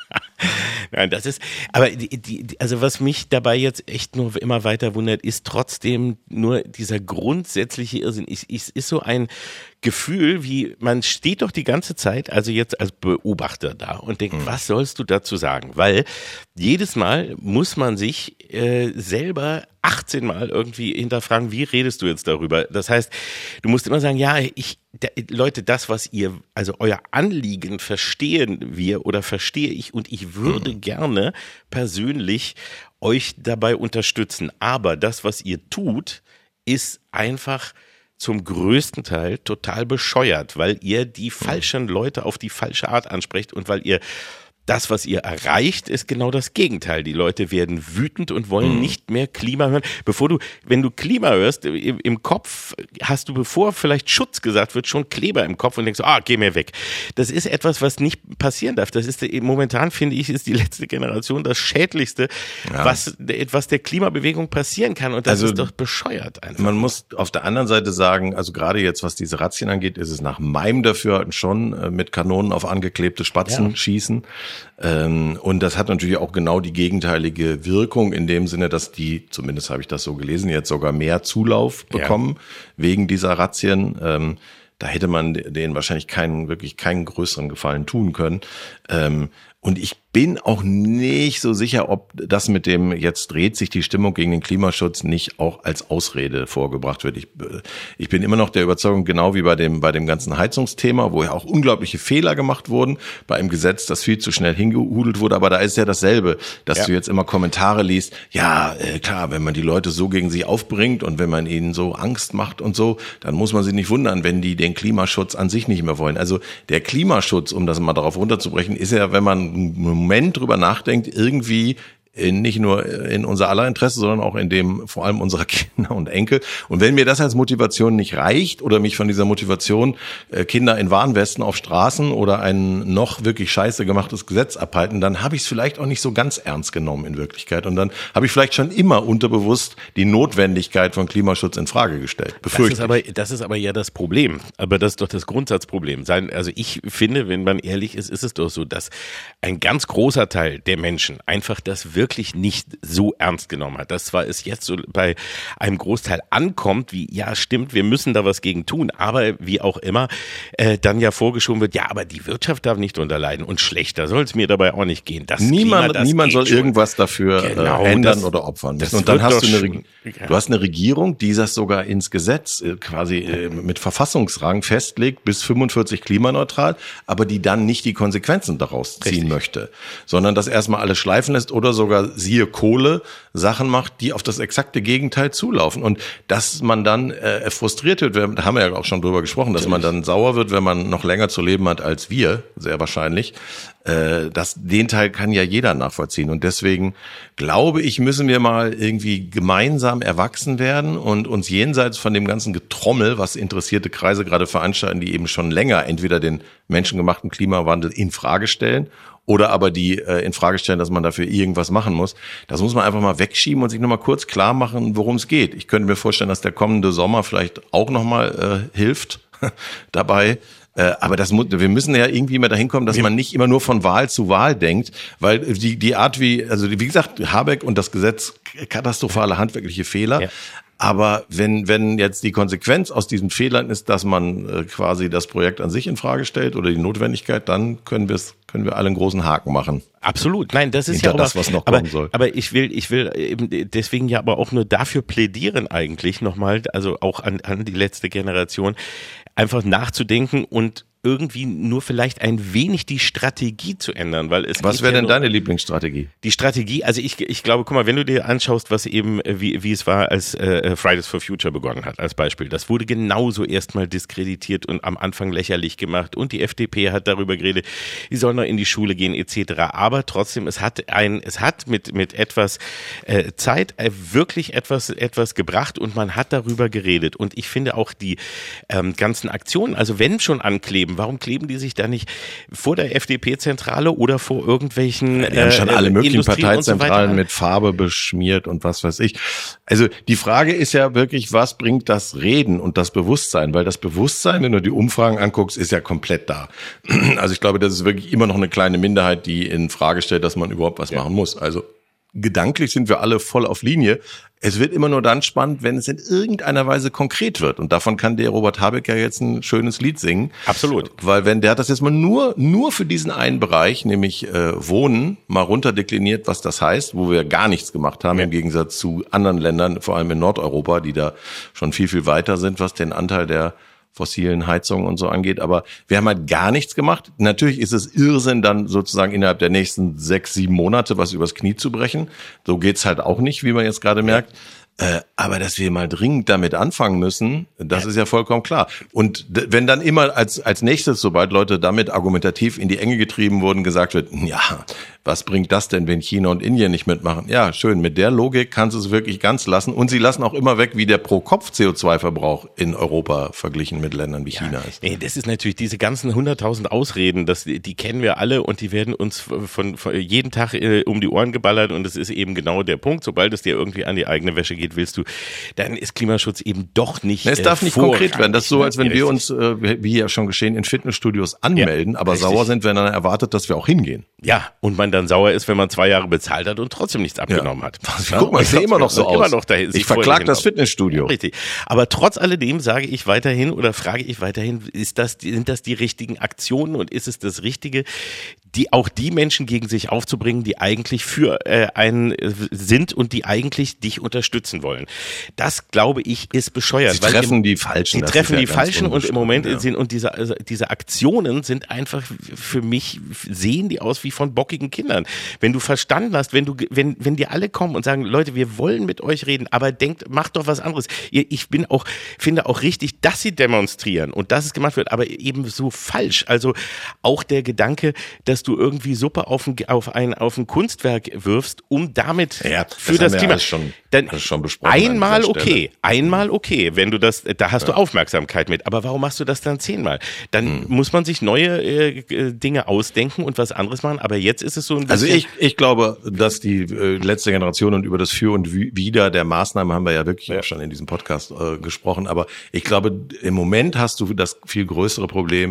Nein, das ist, aber die, die, also was mich dabei jetzt echt nur immer weiter wundert, ist trotzdem nur dieser grundsätzliche Irrsinn. Es ist, ist so ein Gefühl, wie man steht doch die ganze Zeit, also jetzt als Beobachter da und denkt, mhm. was sollst du dazu sagen? Weil jedes Mal muss man sich äh, selber achtzehn Mal irgendwie hinterfragen, wie redest du jetzt darüber? Das heißt, du musst immer sagen, ja, ich, da, Leute, das, was ihr, also euer Anliegen verstehen wir oder verstehe ich und ich würde mhm. gerne persönlich euch dabei unterstützen. Aber das, was ihr tut, ist einfach zum größten Teil total bescheuert, weil ihr die falschen Leute auf die falsche Art ansprecht und weil ihr das, was ihr erreicht, ist genau das Gegenteil. Die Leute werden wütend und wollen mhm. nicht mehr Klima hören. Bevor du, wenn du Klima hörst, im, im Kopf hast du, bevor vielleicht Schutz gesagt wird, schon Kleber im Kopf und denkst, ah, geh mir weg. Das ist etwas, was nicht passieren darf. Das ist momentan, finde ich, ist die letzte Generation das Schädlichste, ja. was, was der Klimabewegung passieren kann. Und das also, ist doch bescheuert einfach. Man muss auf der anderen Seite sagen, also gerade jetzt, was diese Razzien angeht, ist es nach meinem Dafürhalten schon mit Kanonen auf angeklebte Spatzen ja. schießen. Ähm, und das hat natürlich auch genau die gegenteilige Wirkung in dem Sinne, dass die, zumindest habe ich das so gelesen, jetzt sogar mehr Zulauf bekommen ja. wegen dieser Razzien. Ähm, da hätte man denen wahrscheinlich keinen, wirklich keinen größeren Gefallen tun können. Ähm, und ich bin auch nicht so sicher, ob das mit dem jetzt dreht sich die Stimmung gegen den Klimaschutz nicht auch als Ausrede vorgebracht wird. Ich, ich bin immer noch der Überzeugung, genau wie bei dem bei dem ganzen Heizungsthema, wo ja auch unglaubliche Fehler gemacht wurden, bei einem Gesetz, das viel zu schnell hingehudelt wurde, aber da ist ja dasselbe, dass ja. du jetzt immer Kommentare liest, ja, äh, klar, wenn man die Leute so gegen sich aufbringt und wenn man ihnen so Angst macht und so, dann muss man sich nicht wundern, wenn die den Klimaschutz an sich nicht mehr wollen. Also der Klimaschutz, um das mal darauf runterzubrechen, ist ja, wenn man einen Moment drüber nachdenkt, irgendwie in, nicht nur in unser aller Interesse, sondern auch in dem vor allem unserer Kinder und Enkel. Und wenn mir das als Motivation nicht reicht oder mich von dieser Motivation äh, Kinder in Warnwesten auf Straßen oder ein noch wirklich scheiße gemachtes Gesetz abhalten, dann habe ich es vielleicht auch nicht so ganz ernst genommen in Wirklichkeit. Und dann habe ich vielleicht schon immer unterbewusst die Notwendigkeit von Klimaschutz in Frage gestellt. Das ist aber, das ist aber ja das Problem. Aber das ist doch das Grundsatzproblem. Also ich finde, wenn man ehrlich ist, ist es doch so, dass ein ganz großer Teil der Menschen einfach das wirklich wirklich nicht so ernst genommen hat. Dass zwar es jetzt so bei einem Großteil ankommt, wie, ja stimmt, wir müssen da was gegen tun, aber wie auch immer, äh, dann ja vorgeschoben wird, ja, aber die Wirtschaft darf nicht unterleiden und schlechter soll es mir dabei auch nicht gehen. Das niemand Klima, das niemand soll schon. irgendwas dafür genau, äh, ändern das, oder opfern müssen. Und dann hast du eine, schon, ja. du hast eine Regierung, die das sogar ins Gesetz äh, quasi äh, mit Verfassungsrang festlegt, bis fünfundvierzig klimaneutral, aber die dann nicht die Konsequenzen daraus ziehen Richtig. möchte, sondern das erstmal alles schleifen lässt oder sogar siehe Kohle Sachen macht, die auf das exakte Gegenteil zulaufen. Und dass man dann äh, frustriert wird, da haben wir ja auch schon drüber gesprochen, dass man dann sauer wird, wenn man noch länger zu leben hat als wir, sehr wahrscheinlich. Äh, das, den Teil kann ja jeder nachvollziehen. Und deswegen glaube ich, müssen wir mal irgendwie gemeinsam erwachsen werden und uns jenseits von dem ganzen Getrommel, was interessierte Kreise gerade veranstalten, die eben schon länger entweder den menschengemachten Klimawandel in Frage stellen oder aber die äh, in Frage stellen, dass man dafür irgendwas machen muss. Das muss man einfach mal wegschieben und sich nochmal kurz klar machen, worum es geht. Ich könnte mir vorstellen, dass der kommende Sommer vielleicht auch nochmal äh, hilft dabei. Äh, aber das muss, wir müssen ja irgendwie mal dahin kommen, dass man nicht immer nur von Wahl zu Wahl denkt, weil die die Art wie, also wie gesagt, Habeck und das Gesetz, katastrophale handwerkliche Fehler. Ja. Aber wenn wenn jetzt die Konsequenz aus diesen Fehlern ist, dass man äh, quasi das Projekt an sich in Frage stellt oder die Notwendigkeit, dann können wir es können wir alle einen großen Haken machen. Absolut, nein, das ist Hinter ja auch das, was noch aber, kommen soll. Aber ich will, ich will eben deswegen ja aber auch nur dafür plädieren eigentlich nochmal, also auch an, an die letzte Generation, einfach nachzudenken und irgendwie nur vielleicht ein wenig die Strategie zu ändern, weil es Was wäre ja denn deine Lieblingsstrategie? Die Strategie, also ich ich glaube, guck mal, wenn du dir anschaust, was eben wie wie es war, als äh, Fridays for Future begonnen hat, als Beispiel, das wurde genauso erstmal diskreditiert und am Anfang lächerlich gemacht und die F D P hat darüber geredet, die sollen noch in die Schule gehen et cetera. Aber trotzdem, es hat ein, es hat mit mit etwas äh, Zeit äh, wirklich etwas etwas gebracht und man hat darüber geredet und ich finde auch die ähm, ganzen Aktionen, also wenn schon ankleben, warum kleben die sich da nicht vor der F D P-Zentrale oder vor irgendwelchen ja, die haben schon äh, alle möglichen Parteizentralen so mit Farbe beschmiert und was weiß ich. Also die Frage ist ja wirklich, was bringt das Reden und das Bewusstsein? Weil das Bewusstsein, wenn du die Umfragen anguckst, ist ja komplett da. Also ich glaube, das ist wirklich immer noch eine kleine Minderheit, die in Frage stellt, dass man überhaupt was ja. machen muss. Also gedanklich sind wir alle voll auf Linie. Es wird immer nur dann spannend, wenn es in irgendeiner Weise konkret wird. Und davon kann der Robert Habeck ja jetzt ein schönes Lied singen. Absolut. Weil wenn der hat das jetzt mal nur nur für diesen einen Bereich, nämlich äh, Wohnen, mal runterdekliniert, was das heißt, wo wir gar nichts gemacht haben, ja. im Gegensatz zu anderen Ländern, vor allem in Nordeuropa, die da schon viel, viel weiter sind, was den Anteil der fossilen Heizungen und so angeht, aber wir haben halt gar nichts gemacht. Natürlich ist es Irrsinn, dann sozusagen innerhalb der nächsten sechs, sieben Monate was übers Knie zu brechen. So geht's halt auch nicht, wie man jetzt gerade merkt. Äh, aber dass wir mal dringend damit anfangen müssen, das ja. ist ja vollkommen klar. Und d- wenn dann immer als als nächstes, sobald Leute damit argumentativ in die Enge getrieben wurden, gesagt wird, ja, was bringt das denn, wenn China und Indien nicht mitmachen? Ja, schön, mit der Logik kannst du es wirklich ganz lassen. Und sie lassen auch immer weg, wie der Pro-Kopf-C O zwei Verbrauch in Europa verglichen mit Ländern wie ja, China ist. Nee, das ist natürlich diese ganzen hunderttausend Ausreden, das, die kennen wir alle und die werden uns von, von jeden Tag äh, um die Ohren geballert und das ist eben genau der Punkt. Sobald es dir irgendwie an die eigene Wäsche geht, willst du, dann ist Klimaschutz eben doch nicht. Es darf äh, nicht konkret werden. Das ist so, als wenn wir uns, äh, wie ja schon geschehen, in Fitnessstudios anmelden, ja, aber richtig. sauer sind, wenn dann erwartet, dass wir auch hingehen. Ja, und man dann sauer ist, wenn man zwei Jahre bezahlt hat und trotzdem nichts abgenommen ja. hat. Ja? Guck mal, ich sehe immer noch so aus. Immer noch dahin, ich verklag das Fitnessstudio. Richtig. Aber trotz alledem sage ich weiterhin oder frage ich weiterhin, ist das, sind das die richtigen Aktionen und ist es das Richtige, die auch die Menschen gegen sich aufzubringen, die eigentlich für äh, einen äh, sind und die eigentlich dich unterstützen wollen. Das, glaube ich, ist bescheuert. Sie treffen im, die Falschen. Sie treffen ja die Falschen und im Moment ja. sind, und diese, also diese Aktionen sind einfach für mich, sehen die aus wie von bockigen Kindern. Wenn du verstanden hast, wenn du, wenn, wenn dir alle kommen und sagen, Leute, wir wollen mit euch reden, aber denkt, macht doch was anderes. Ich bin auch, finde auch richtig, dass sie demonstrieren und dass es gemacht wird, aber eben so falsch. Also auch der Gedanke, dass du irgendwie Suppe auf ein, auf ein, auf ein Kunstwerk wirfst, um damit ja, für das, das Klima, schon, dann schon besprochen. Einmal okay, einmal okay, wenn du das, da hast ja. du Aufmerksamkeit mit, aber warum machst du das dann zehnmal? Dann hm. muss man sich neue äh, Dinge ausdenken und was anderes machen, aber jetzt ist es so ein bisschen. Also ich, ich glaube, dass die äh, letzte Generation und über das Für und Wider der Maßnahmen haben wir ja wirklich ja. auch schon in diesem Podcast äh, gesprochen, aber ich glaube, im Moment hast du das viel größere Problem,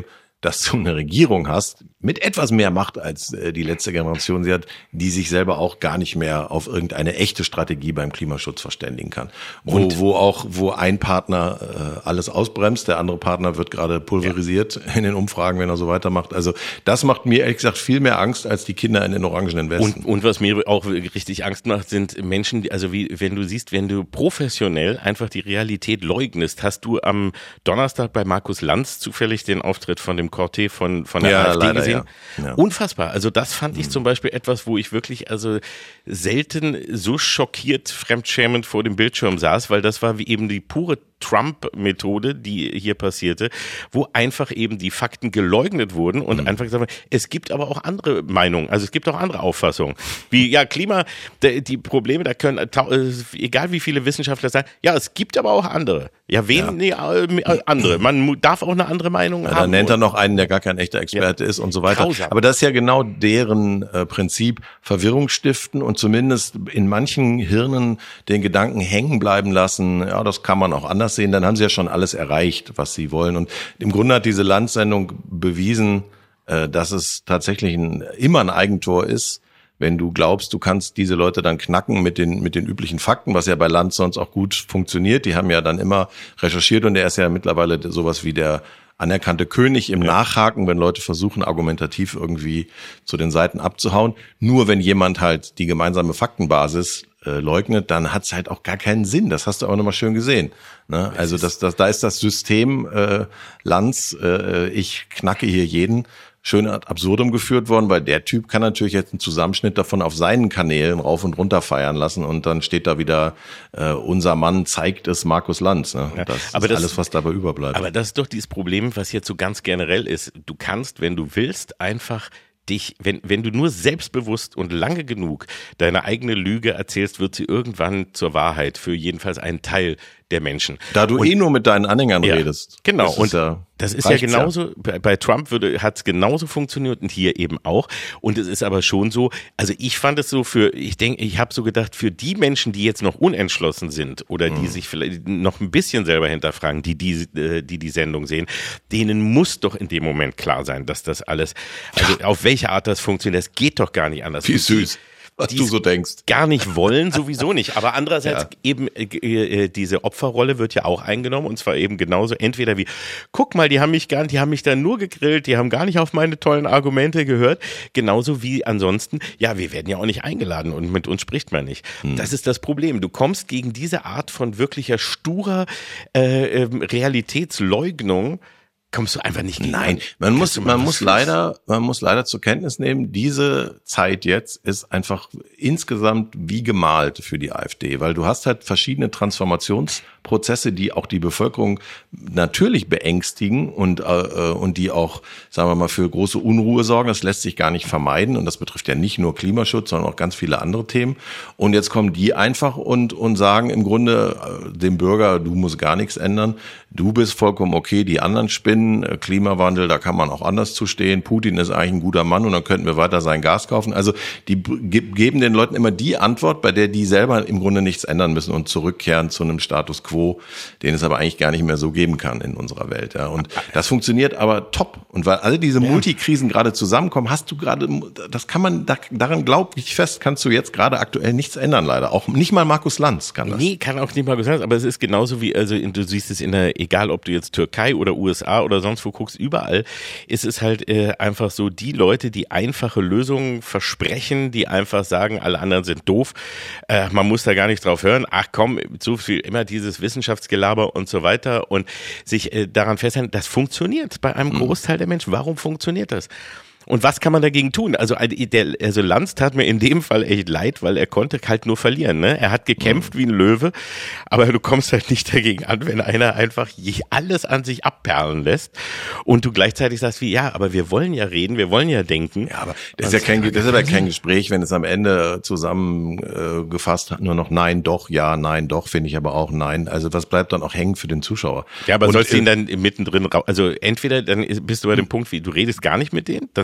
dass du eine Regierung hast, mit etwas mehr Macht als äh, die letzte Generation sie hat, die sich selber auch gar nicht mehr auf irgendeine echte Strategie beim Klimaschutz verständigen kann. Und wo, wo auch, wo ein Partner äh, alles ausbremst, der andere Partner wird gerade pulverisiert ja. in den Umfragen, wenn er so weitermacht. Also das macht mir ehrlich gesagt viel mehr Angst als die Kinder in den orangenen Westen. Und, und was mir auch richtig Angst macht, sind Menschen, also wie wenn du siehst, wenn du professionell einfach die Realität leugnest. Hast du am Donnerstag bei Markus Lanz zufällig den Auftritt von dem Cortez von, von der ja, AfD leider, gesehen? Ja. Ja. Unfassbar. Also das fand ich zum Beispiel etwas, wo ich wirklich also selten so schockiert, fremdschämend vor dem Bildschirm saß, weil das war wie eben die pure Trump-Methode, die hier passierte, wo einfach eben die Fakten geleugnet wurden und mhm. einfach gesagt wurde, es gibt aber auch andere Meinungen, also es gibt auch andere Auffassungen. Wie, ja, Klima, die Probleme, da können, egal wie viele Wissenschaftler sagen, ja, es gibt aber auch andere. Ja, wen? Ja. Nee, andere. Man darf auch eine andere Meinung ja, haben. Dann nennt er noch einen, der gar kein echter Experte ja. ist und so weiter. Grausam. Aber das ist ja genau deren äh, Prinzip, Verwirrung stiften und zumindest in manchen Hirnen den Gedanken hängen bleiben lassen, ja, das kann man auch anders sehen, dann haben sie ja schon alles erreicht, was sie wollen. Und im Grunde hat diese Landsendung bewiesen, äh, dass es tatsächlich ein, immer ein Eigentor ist, wenn du glaubst, du kannst diese Leute dann knacken mit den mit den üblichen Fakten, was ja bei Lanz sonst auch gut funktioniert. Die haben ja dann immer recherchiert und er ist ja mittlerweile sowas wie der anerkannte König im ja. Nachhaken, wenn Leute versuchen, argumentativ irgendwie zu den Seiten abzuhauen. Nur wenn jemand halt die gemeinsame Faktenbasis äh, leugnet, dann hat's halt auch gar keinen Sinn. Das hast du auch nochmal schön gesehen. Ne? Also das, das, da ist das System äh, Lanz, äh, ich knacke hier jeden, schön ad absurdum geführt worden, weil der Typ kann natürlich jetzt einen Zusammenschnitt davon auf seinen Kanälen rauf und runter feiern lassen und dann steht da wieder äh, unser Mann zeigt es Markus Lanz. Ne? Ja, das aber ist das, alles, was dabei überbleibt. Aber das ist doch dieses Problem, was jetzt so ganz generell ist. Du kannst, wenn du willst, einfach dich, wenn, wenn du nur selbstbewusst und lange genug deine eigene Lüge erzählst, wird sie irgendwann zur Wahrheit für jedenfalls einen Teil der Menschen. Da du und, eh nur mit deinen Anhängern ja, redest. Genau. Das und ist ja, das ist ja genauso, ja. bei, bei Trump würde, hat es genauso funktioniert und hier eben auch. Und es ist aber schon so, also ich fand es so für, ich denke, ich habe so gedacht, für die Menschen, die jetzt noch unentschlossen sind oder die mhm. sich vielleicht noch ein bisschen selber hinterfragen, die die, die die Sendung sehen, denen muss doch in dem Moment klar sein, dass das alles, also ja. auf welche Art das funktioniert, das geht doch gar nicht anders. Wie süß. Was du so denkst. Gar nicht wollen, sowieso nicht. Aber andererseits ja. eben äh, diese Opferrolle wird ja auch eingenommen und zwar eben genauso entweder wie, guck mal, die haben mich gar, die haben mich da nur gegrillt, die haben gar nicht auf meine tollen Argumente gehört. Genauso wie ansonsten, ja, wir werden ja auch nicht eingeladen und mit uns spricht man nicht. Hm. Das ist das Problem. Du kommst gegen diese Art von wirklicher sturer äh, äh, Realitätsleugnung kommst du einfach nicht gegen. Nein, man muss, man muss leider, man muss leider zur Kenntnis nehmen, diese Zeit jetzt ist einfach insgesamt wie gemalt für die AfD, weil du hast halt verschiedene Transformationsprozesse, die auch die Bevölkerung natürlich beängstigen und, äh, und die auch, sagen wir mal, für große Unruhe sorgen. Das lässt sich gar nicht vermeiden und das betrifft ja nicht nur Klimaschutz, sondern auch ganz viele andere Themen. Und jetzt kommen die einfach und, und sagen im Grunde äh, dem Bürger, du musst gar nichts ändern, du bist vollkommen okay, die anderen spinnen, Klimawandel, da kann man auch anders zustehen. Putin ist eigentlich ein guter Mann und dann könnten wir weiter sein Gas kaufen. Also die geben den Leuten immer die Antwort, bei der die selber im Grunde nichts ändern müssen und zurückkehren zu einem Status quo, den es aber eigentlich gar nicht mehr so geben kann in unserer Welt. Ja. Und das funktioniert aber top. Und weil alle diese Multikrisen gerade zusammenkommen, hast du gerade, das kann man, daran glaub ich fest, kannst du jetzt gerade aktuell nichts ändern, leider. Auch nicht mal Markus Lanz kann das. Nee, kann auch nicht Markus Lanz, aber es ist genauso wie, also du siehst es in der, egal ob du jetzt Türkei oder U S A oder sonst wo guckst, überall ist es halt äh, einfach so, die Leute, die einfache Lösungen versprechen, die einfach sagen, alle anderen sind doof, äh, man muss da gar nicht drauf hören, ach komm, so viel, immer dieses Wissenschaftsgelaber und so weiter und sich äh, daran festhalten, das funktioniert bei einem Großteil der Menschen. Warum funktioniert das? Und was kann man dagegen tun? Also, der, also Lanz tat mir in dem Fall echt leid, weil er konnte halt nur verlieren. Ne? Er hat gekämpft mhm. wie ein Löwe, aber du kommst halt nicht dagegen an, wenn einer einfach alles an sich abperlen lässt und du gleichzeitig sagst wie, ja, aber wir wollen ja reden, wir wollen ja denken. Ja, aber das ist ja kein, das ist aber kein Gespräch, wenn es am Ende zusammengefasst hat, nur noch nein, doch, ja, nein, doch, finde ich aber auch nein. Also was bleibt dann auch hängen für den Zuschauer? Ja, aber und sollst du ihn dann mittendrin, also entweder dann bist du bei dem Punkt, wie du redest gar nicht mit denen, dann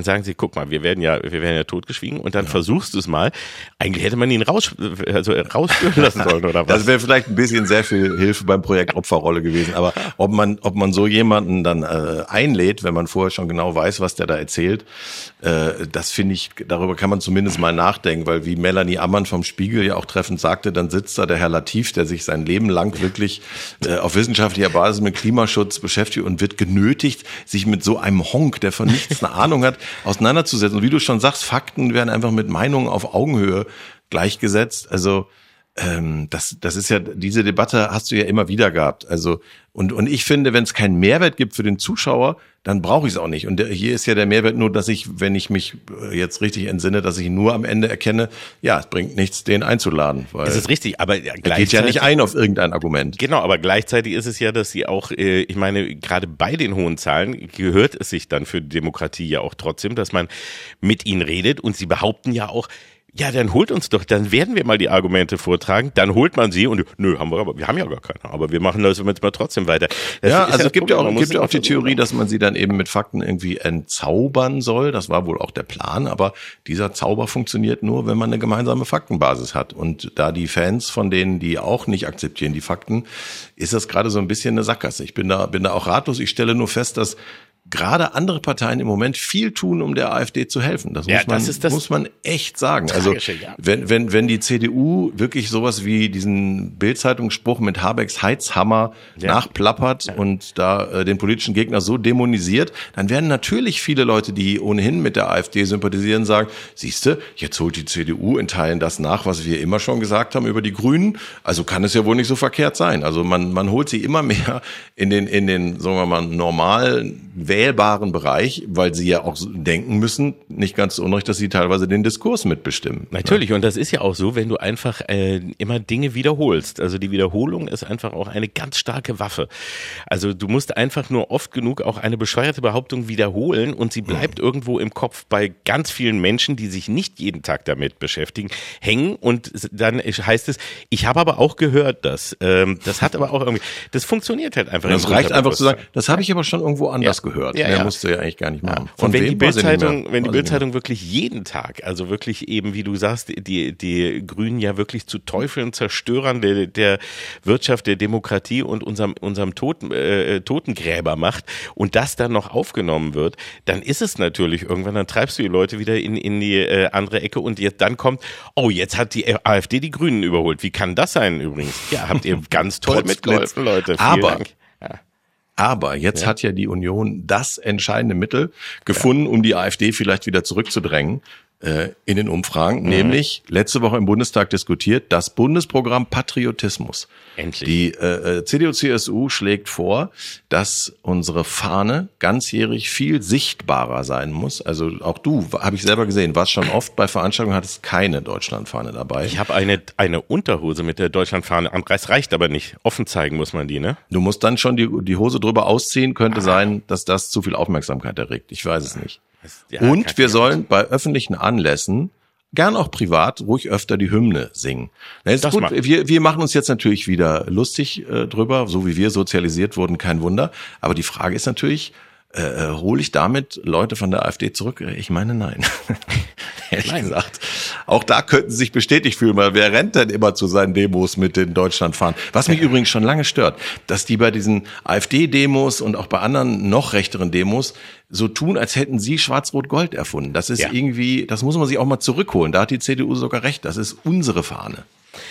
sagen sie, guck mal, wir werden ja, wir werden ja totgeschwiegen und dann ja. versuchst du es mal. Eigentlich hätte man ihn raus, also rausführen lassen sollen oder was? Das wäre vielleicht ein bisschen sehr viel Hilfe beim Projekt Opferrolle gewesen, aber ob man, ob man so jemanden dann äh, einlädt, wenn man vorher schon genau weiß, was der da erzählt, äh, das finde ich, darüber kann man zumindest mal nachdenken, weil wie Melanie Ammann vom Spiegel ja auch treffend sagte, dann sitzt da der Herr Latif, der sich sein Leben lang wirklich äh, auf wissenschaftlicher Basis mit Klimaschutz beschäftigt und wird genötigt, sich mit so einem Honk, der von nichts eine Ahnung hat, auseinanderzusetzen. Und wie du schon sagst, Fakten werden einfach mit Meinungen auf Augenhöhe gleichgesetzt. Also ähm, das, das ist ja, diese Debatte hast du ja immer wieder gehabt. Also und und ich finde, wenn es keinen Mehrwert gibt für den Zuschauer, dann brauche ich es auch nicht. Und der, hier ist ja der Mehrwert nur, dass ich, wenn ich mich jetzt richtig entsinne, dass ich nur am Ende erkenne, ja, es bringt nichts, den einzuladen. Weil das ist richtig, aber ja, er geht ja nicht ein auf irgendein Argument. Genau, aber gleichzeitig ist es ja, dass sie auch, äh, ich meine, gerade bei den hohen Zahlen gehört es sich dann für die Demokratie ja auch trotzdem, dass man mit ihnen redet und sie behaupten ja auch, ja, dann holt uns doch, dann werden wir mal die Argumente vortragen, dann holt man sie und nö, haben wir aber, wir haben ja gar keine, aber wir machen das jetzt mal trotzdem weiter. Das ja, also es gibt ja auch, gibt ja auch die Theorie, dass man sie dann eben mit Fakten irgendwie entzaubern soll. Das war wohl auch der Plan, aber dieser Zauber funktioniert nur, wenn man eine gemeinsame Faktenbasis hat. Und da die Fans von denen, die auch nicht akzeptieren, die Fakten, ist das gerade so ein bisschen eine Sackgasse. Ich bin da, bin da auch ratlos. Ich stelle nur fest, dass gerade andere Parteien im Moment viel tun, um der AfD zu helfen. Das, ja, muss, man, das ist das muss man echt sagen. Tragische, also ja. wenn, wenn, wenn die C D U wirklich sowas wie diesen Bild-Zeitungsspruch mit Habecks Heizhammer ja. nachplappert ja. und da äh, den politischen Gegner so dämonisiert, dann werden natürlich viele Leute, die ohnehin mit der AfD sympathisieren, sagen, siehste, jetzt holt die C D U in Teilen das nach, was wir immer schon gesagt haben über die Grünen. Also kann es ja wohl nicht so verkehrt sein. Also man, man holt sie immer mehr in den, in den, sagen wir mal, normalen wählbaren Bereich, weil sie ja auch denken müssen, nicht ganz zu Unrecht, dass sie teilweise den Diskurs mitbestimmen. Natürlich, und das ist ja auch so, wenn du einfach äh, immer Dinge wiederholst. Also die Wiederholung ist einfach auch eine ganz starke Waffe. Also du musst einfach nur oft genug auch eine bescheuerte Behauptung wiederholen und sie bleibt mhm. irgendwo im Kopf bei ganz vielen Menschen, die sich nicht jeden Tag damit beschäftigen, hängen und dann heißt es, ich habe aber auch gehört, dass ähm, das hat aber auch irgendwie, das funktioniert halt einfach. Das reicht einfach zu sagen, das habe ich aber schon irgendwo anders ja. gehört. Ja, Mehr ja. musst du ja eigentlich gar nicht machen. Ja. Und wenn die Bild-Zeitung, wenn die Bild-Zeitung wirklich jeden Tag, also wirklich eben, wie du sagst, die, die Grünen ja wirklich zu Teufeln, Zerstörern der, der Wirtschaft, der Demokratie und unserem, unserem Toten, äh, Totengräber macht und das dann noch aufgenommen wird, dann ist es natürlich irgendwann, dann treibst du die Leute wieder in, in die äh, andere Ecke und jetzt dann kommt, oh, jetzt hat die AfD die Grünen überholt. Wie kann das sein übrigens? Ja, habt ihr ganz toll mitgeholfen, Leute. Vielen Aber Dank. Ja. Aber jetzt ja. hat ja die Union das entscheidende Mittel gefunden, ja. um die AfD vielleicht wieder zurückzudrängen äh, in den Umfragen, mhm. nämlich letzte Woche im Bundestag diskutiert, das Bundesprogramm Patriotismus. Endlich. Die äh, C D U C S U schlägt vor, dass unsere Fahne ganzjährig viel sichtbarer sein muss. Also auch du, habe ich selber gesehen, warst schon oft bei Veranstaltungen, hattest keine Deutschlandfahne dabei. Ich habe eine eine Unterhose mit der Deutschlandfahne am Preis, reicht aber nicht. Offen zeigen muss man die, ne? Du musst dann schon die, die Hose drüber ausziehen, könnte ah. sein, dass das zu viel Aufmerksamkeit erregt. Ich weiß es nicht. Ja, und wir sollen bei öffentlichen Anlässen, gern auch privat, ruhig öfter die Hymne singen. Na, ist gut. Wir, wir machen uns jetzt natürlich wieder lustig äh, drüber, so wie wir sozialisiert wurden, kein Wunder. Aber die Frage ist natürlich, äh, hole ich damit Leute von der AfD zurück? Ich meine, nein. Ehrlich nein. gesagt. Auch da könnten sie sich bestätigt fühlen, weil wer rennt denn immer zu seinen Demos mit den Deutschlandfahnen? Was mich ja. übrigens schon lange stört, dass die bei diesen AfD-Demos und auch bei anderen noch rechteren Demos so tun, als hätten sie Schwarz-Rot-Gold erfunden. Das ist ja. irgendwie, das muss man sich auch mal zurückholen. Da hat die C D U sogar recht. Das ist unsere Fahne.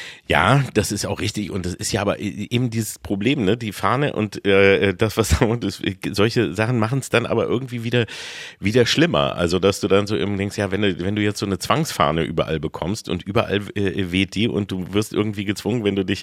Ja, das ist auch richtig und das ist ja aber eben dieses Problem, ne, die Fahne und äh, das was und das, solche Sachen machen es dann aber irgendwie wieder wieder schlimmer. Also dass du dann so eben denkst, ja, wenn du wenn du jetzt so eine Zwangsfahne überall bekommst und überall äh, weht die und du wirst irgendwie gezwungen, wenn du dich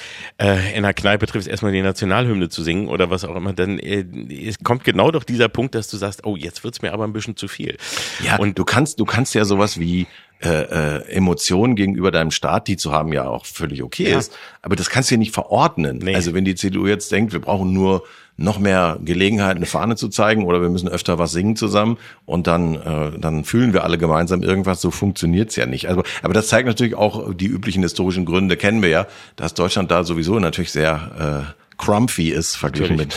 äh, in einer Kneipe triffst, erstmal die Nationalhymne zu singen oder was auch immer, dann äh, es kommt genau doch dieser Punkt, dass du sagst, oh, jetzt wird's mir aber ein bisschen zu viel. Ja, und du kannst du kannst ja sowas wie Äh, äh, Emotionen gegenüber deinem Staat, die zu haben, ja auch völlig okay ja. ist. Aber das kannst du ja nicht verordnen. Nee. Also wenn die C D U jetzt denkt, wir brauchen nur noch mehr Gelegenheit, eine Fahne zu zeigen oder wir müssen öfter was singen zusammen und dann äh, dann fühlen wir alle gemeinsam irgendwas, so funktioniert's ja nicht. Also, aber das zeigt natürlich auch, die üblichen historischen Gründe kennen wir ja, dass Deutschland da sowieso natürlich sehr äh, crumpy ist, verglichen mit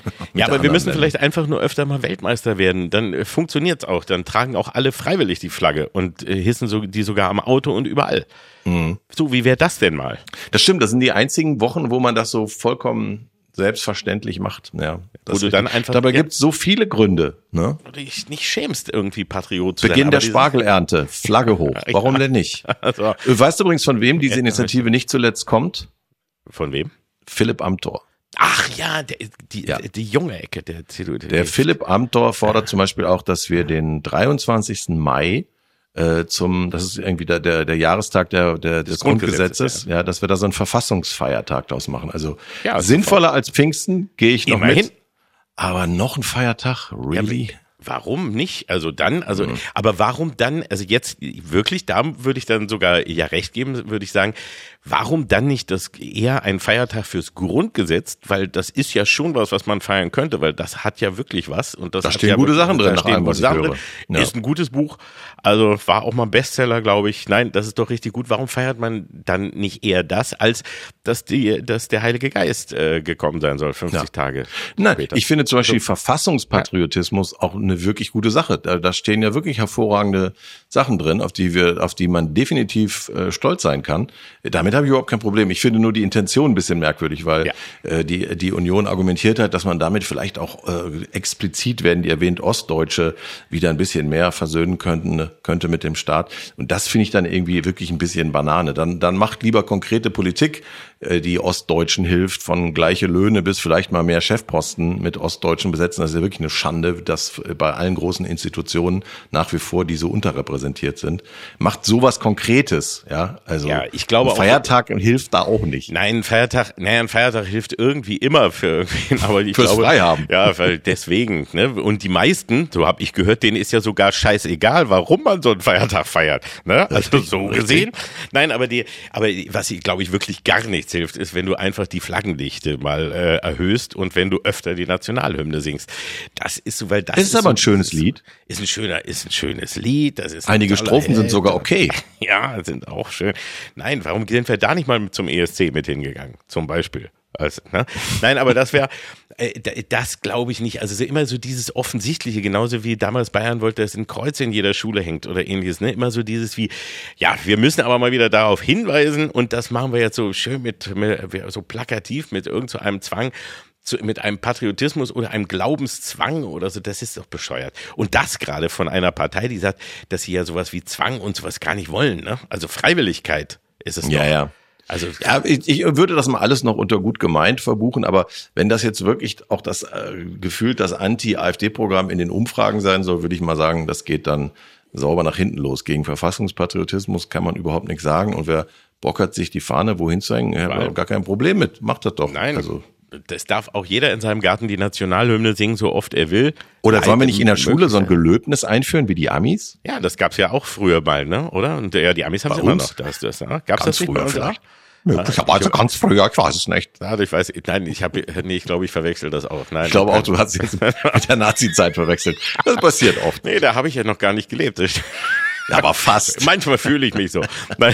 Ja, aber wir müssen Ländern. vielleicht einfach nur öfter mal Weltmeister werden. Dann äh, funktioniert's auch. Dann tragen auch alle freiwillig die Flagge und äh, hissen so, die sogar am Auto und überall. Mhm. So, wie wäre das denn mal? Das stimmt, das sind die einzigen Wochen, wo man das so vollkommen selbstverständlich macht. Ja, wo du dann einfach, dabei ja, gibt es so viele Gründe. Ne? Wo du dich nicht schämst, irgendwie Patriot zu Beginn sein. der Spargelernte, Flagge hoch. Warum ja. denn nicht? Also, weißt du übrigens, von wem diese Initiative nicht zuletzt kommt? Von wem? Philipp Amthor. Ach ja, der, die, ja. die, die junge Ecke der C D U. Der, der Philipp Amthor fordert zum Beispiel auch, dass wir den dreiundzwanzigsten Mai äh, zum, das ist irgendwie der, der, der Jahrestag der, der, des Grundgesetzes, Grundgesetzes ja. ja, dass wir da so einen Verfassungsfeiertag draus machen. Also ja, sinnvoller als Pfingsten, gehe ich noch Immerhin. mit. Aber noch ein Feiertag, really? Ja, warum nicht? Also dann, also, mhm. aber warum dann, also jetzt wirklich, da würde ich dann sogar ja recht geben, würde ich sagen, warum dann nicht das eher ein Feiertag fürs Grundgesetz, weil das ist ja schon was, was man feiern könnte, weil das hat ja wirklich was und das da hat stehen ja gute wirklich, Sachen drin, da nach allem, was ich höre. Ja. Ist ein gutes Buch, also war auch mal ein Bestseller, glaube ich. Nein, das ist doch richtig gut. Warum feiert man dann nicht eher das, als dass die, dass der Heilige Geist äh, gekommen sein soll, fünfzig ja. Tage Nein, später. Ich finde zum Beispiel so. Verfassungspatriotismus ja. auch eine wirklich gute Sache. Da, da stehen ja wirklich hervorragende Sachen drin, auf die wir, auf die man definitiv äh, stolz sein kann. Damit habe ich überhaupt kein Problem. Ich finde nur die Intention ein bisschen merkwürdig, weil ja. äh, die die Union argumentiert hat, dass man damit vielleicht auch äh, explizit, werden die erwähnt, Ostdeutsche wieder ein bisschen mehr versöhnen könnten, könnte mit dem Staat. Und das finde ich dann irgendwie wirklich ein bisschen Banane. Dann dann macht lieber konkrete Politik, äh, die Ostdeutschen hilft, von gleiche Löhne bis vielleicht mal mehr Chefposten mit Ostdeutschen besetzen. Das ist ja wirklich eine Schande, dass bei allen großen Institutionen nach wie vor die so unterrepräsentiert sind. Macht sowas Konkretes, ja. Also ja, ich glaube ein Feiertag auch, hilft da auch nicht. Nein, ein Feiertag, naja, ein Feiertag hilft irgendwie immer für irgendwen, aber ich Fürs glaube, Freihaben. Ja, weil deswegen, ne? Und die meisten, so habe ich gehört, denen ist ja sogar scheißegal, warum man so einen Feiertag feiert, ne? Also richtig, so richtig. gesehen. Nein, aber die, aber was ich glaube ich wirklich gar nichts hilft, ist, wenn du einfach die Flaggendichte mal äh, erhöhst und wenn du öfter die Nationalhymne singst. Das ist so, weil das, das ist, ist aber so, ein schönes Lied. Ist ein schöner, ist ein schönes Lied. Das ist einige Strophen Held. Sind sogar okay. Ja, sind auch schön. Nein, warum sind wir da nicht mal zum E S C mit hingegangen, zum Beispiel? Also, ne? Nein, aber das wäre, äh, das glaube ich nicht. Also so immer so dieses Offensichtliche, genauso wie damals Bayern wollte, dass ein Kreuz in jeder Schule hängt oder ähnliches. Ne? Immer so dieses wie, ja, wir müssen aber mal wieder darauf hinweisen und das machen wir jetzt so schön mit, mit so plakativ mit irgend so einem Zwang. Zu, mit einem Patriotismus oder einem Glaubenszwang oder so, das ist doch bescheuert. Und das gerade von einer Partei, die sagt, dass sie ja sowas wie Zwang und sowas gar nicht wollen. Ne? Also Freiwilligkeit ist es ja, doch. Ja, Also ja, ich, ich würde das mal alles noch unter gut gemeint verbuchen, aber wenn das jetzt wirklich auch das äh, gefühlt das Anti-AfD-Programm in den Umfragen sein soll, würde ich mal sagen, das geht dann sauber nach hinten los. Gegen Verfassungspatriotismus kann man überhaupt nichts sagen und wer Bock hat, sich die Fahne wohin zu hängen, hat gar kein Problem mit. Macht das doch. Nein, also das darf auch jeder in seinem Garten die Nationalhymne singen, so oft er will. Oder wollen wir nicht in der Schule so ein Gelöbnis einführen wie die Amis? Ja, das gab's ja auch früher mal, ne? Oder? Und ja, die Amis haben es immer noch. Das, das, ja? Gab's das nicht früher vielleicht? Möglicherweise ganz früher, ich weiß es nicht. Ja, ich weiß, nein, ich habe, nee, ich glaube, ich verwechsel das auch. Nein, ich glaube auch, du hast jetzt mit der Nazi-Zeit verwechselt. Das passiert oft. Nee, da habe ich ja noch gar nicht gelebt. Ja, aber fast. Manchmal fühle ich mich so.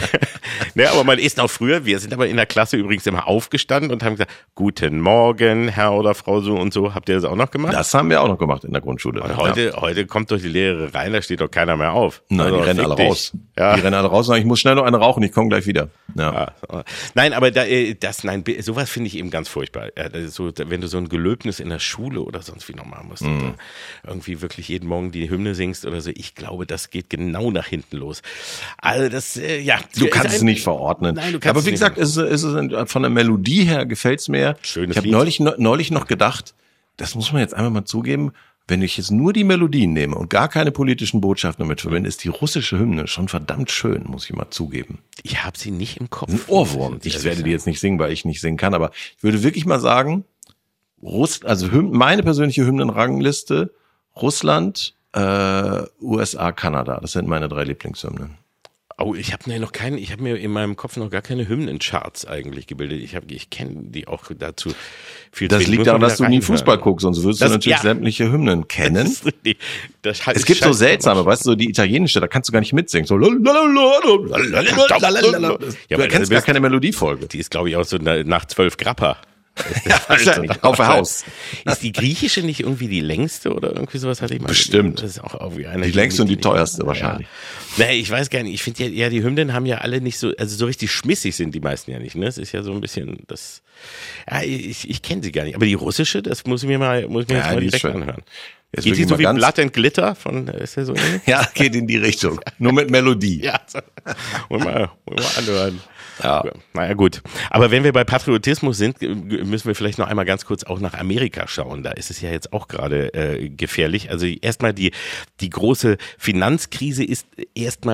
Ne, aber man ist auch früher, wir sind aber in der Klasse übrigens immer aufgestanden und haben gesagt, guten Morgen, Herr oder Frau so und so. Habt ihr das auch noch gemacht? Das haben wir auch noch gemacht in der Grundschule. Und heute, ja. heute kommt durch die Lehre rein, da steht doch keiner mehr auf. Nein, also, die rennen alle dich. raus. Ja. Die rennen alle raus und sagen, ich muss schnell noch eine rauchen, ich komme gleich wieder. Ja. Ja. Nein, aber da, das, nein, sowas finde ich eben ganz furchtbar. So, wenn du so ein Gelöbnis in der Schule oder sonst wie noch machen musst, mhm. irgendwie wirklich jeden Morgen die Hymne singst oder so, ich glaube, das geht genau nach hinten los. Also das, äh, ja. Du kannst ein, es nicht verordnen. Nein, du kannst aber wie gesagt, ist, ist es von der Melodie her gefällt's mir. Schönes ich habe neulich, neulich noch gedacht, das muss man jetzt einfach mal zugeben, wenn ich jetzt nur die Melodien nehme und gar keine politischen Botschaften damit verbinde, ist die russische Hymne schon verdammt schön, muss ich mal zugeben. Ich habe sie nicht im Kopf. Ein Ohrwurm. Ich werde die jetzt nicht singen, weil ich nicht singen kann, aber ich würde wirklich mal sagen, Russ, also meine persönliche Hymnenrangliste, Russland, Äh, U S A, Kanada. Das sind meine drei Lieblingshymnen. Oh, ich habe mir noch keine, ich habe mir in meinem Kopf noch gar keine Hymnencharts eigentlich gebildet. Ich habe, ich kenne die auch dazu viel. Das liegt daran, dass du nie Fußball guckst, sonst würdest das, du natürlich ja. sämtliche Hymnen kennen. Das ist das heißt, es gibt so seltsame, weißt du, so die italienische, da kannst du gar nicht mitsingen. So, du erkennst gar keine Melodiefolge. Die ist, glaube ich, auch so nach zwölf Grappa. Ja, wahrscheinlich. Auf Haus. Ist die griechische nicht irgendwie die längste oder irgendwie sowas hatte ich mal? Bestimmt. Das ist auch irgendwie eine. Die längste und die teuerste wahrscheinlich. Ja. Nee, ich weiß gar nicht. Ich finde ja, ja, die Hymnen haben ja alle nicht so, also so richtig schmissig sind die meisten ja nicht, ne? Es ist ja so ein bisschen, das, ja, ich, ich kenne sie gar nicht. Aber die russische, das muss ich mir mal, muss ich mir Ja, jetzt mal die ist direkt schön. anhören. Jetzt Geht die wirklich so mal wie ganz- Blood and Glitter von, ist der so ähnlich? Ja, geht in die Richtung. Nur mit Melodie. Ja, so. Wollen wir mal, wollen wir mal anhören. Ja. Naja, gut. Aber wenn wir bei Patriotismus sind, müssen wir vielleicht noch einmal ganz kurz auch nach Amerika schauen. Da ist es ja jetzt auch gerade äh, gefährlich. Also erstmal die, die große Finanzkrise ist erstmal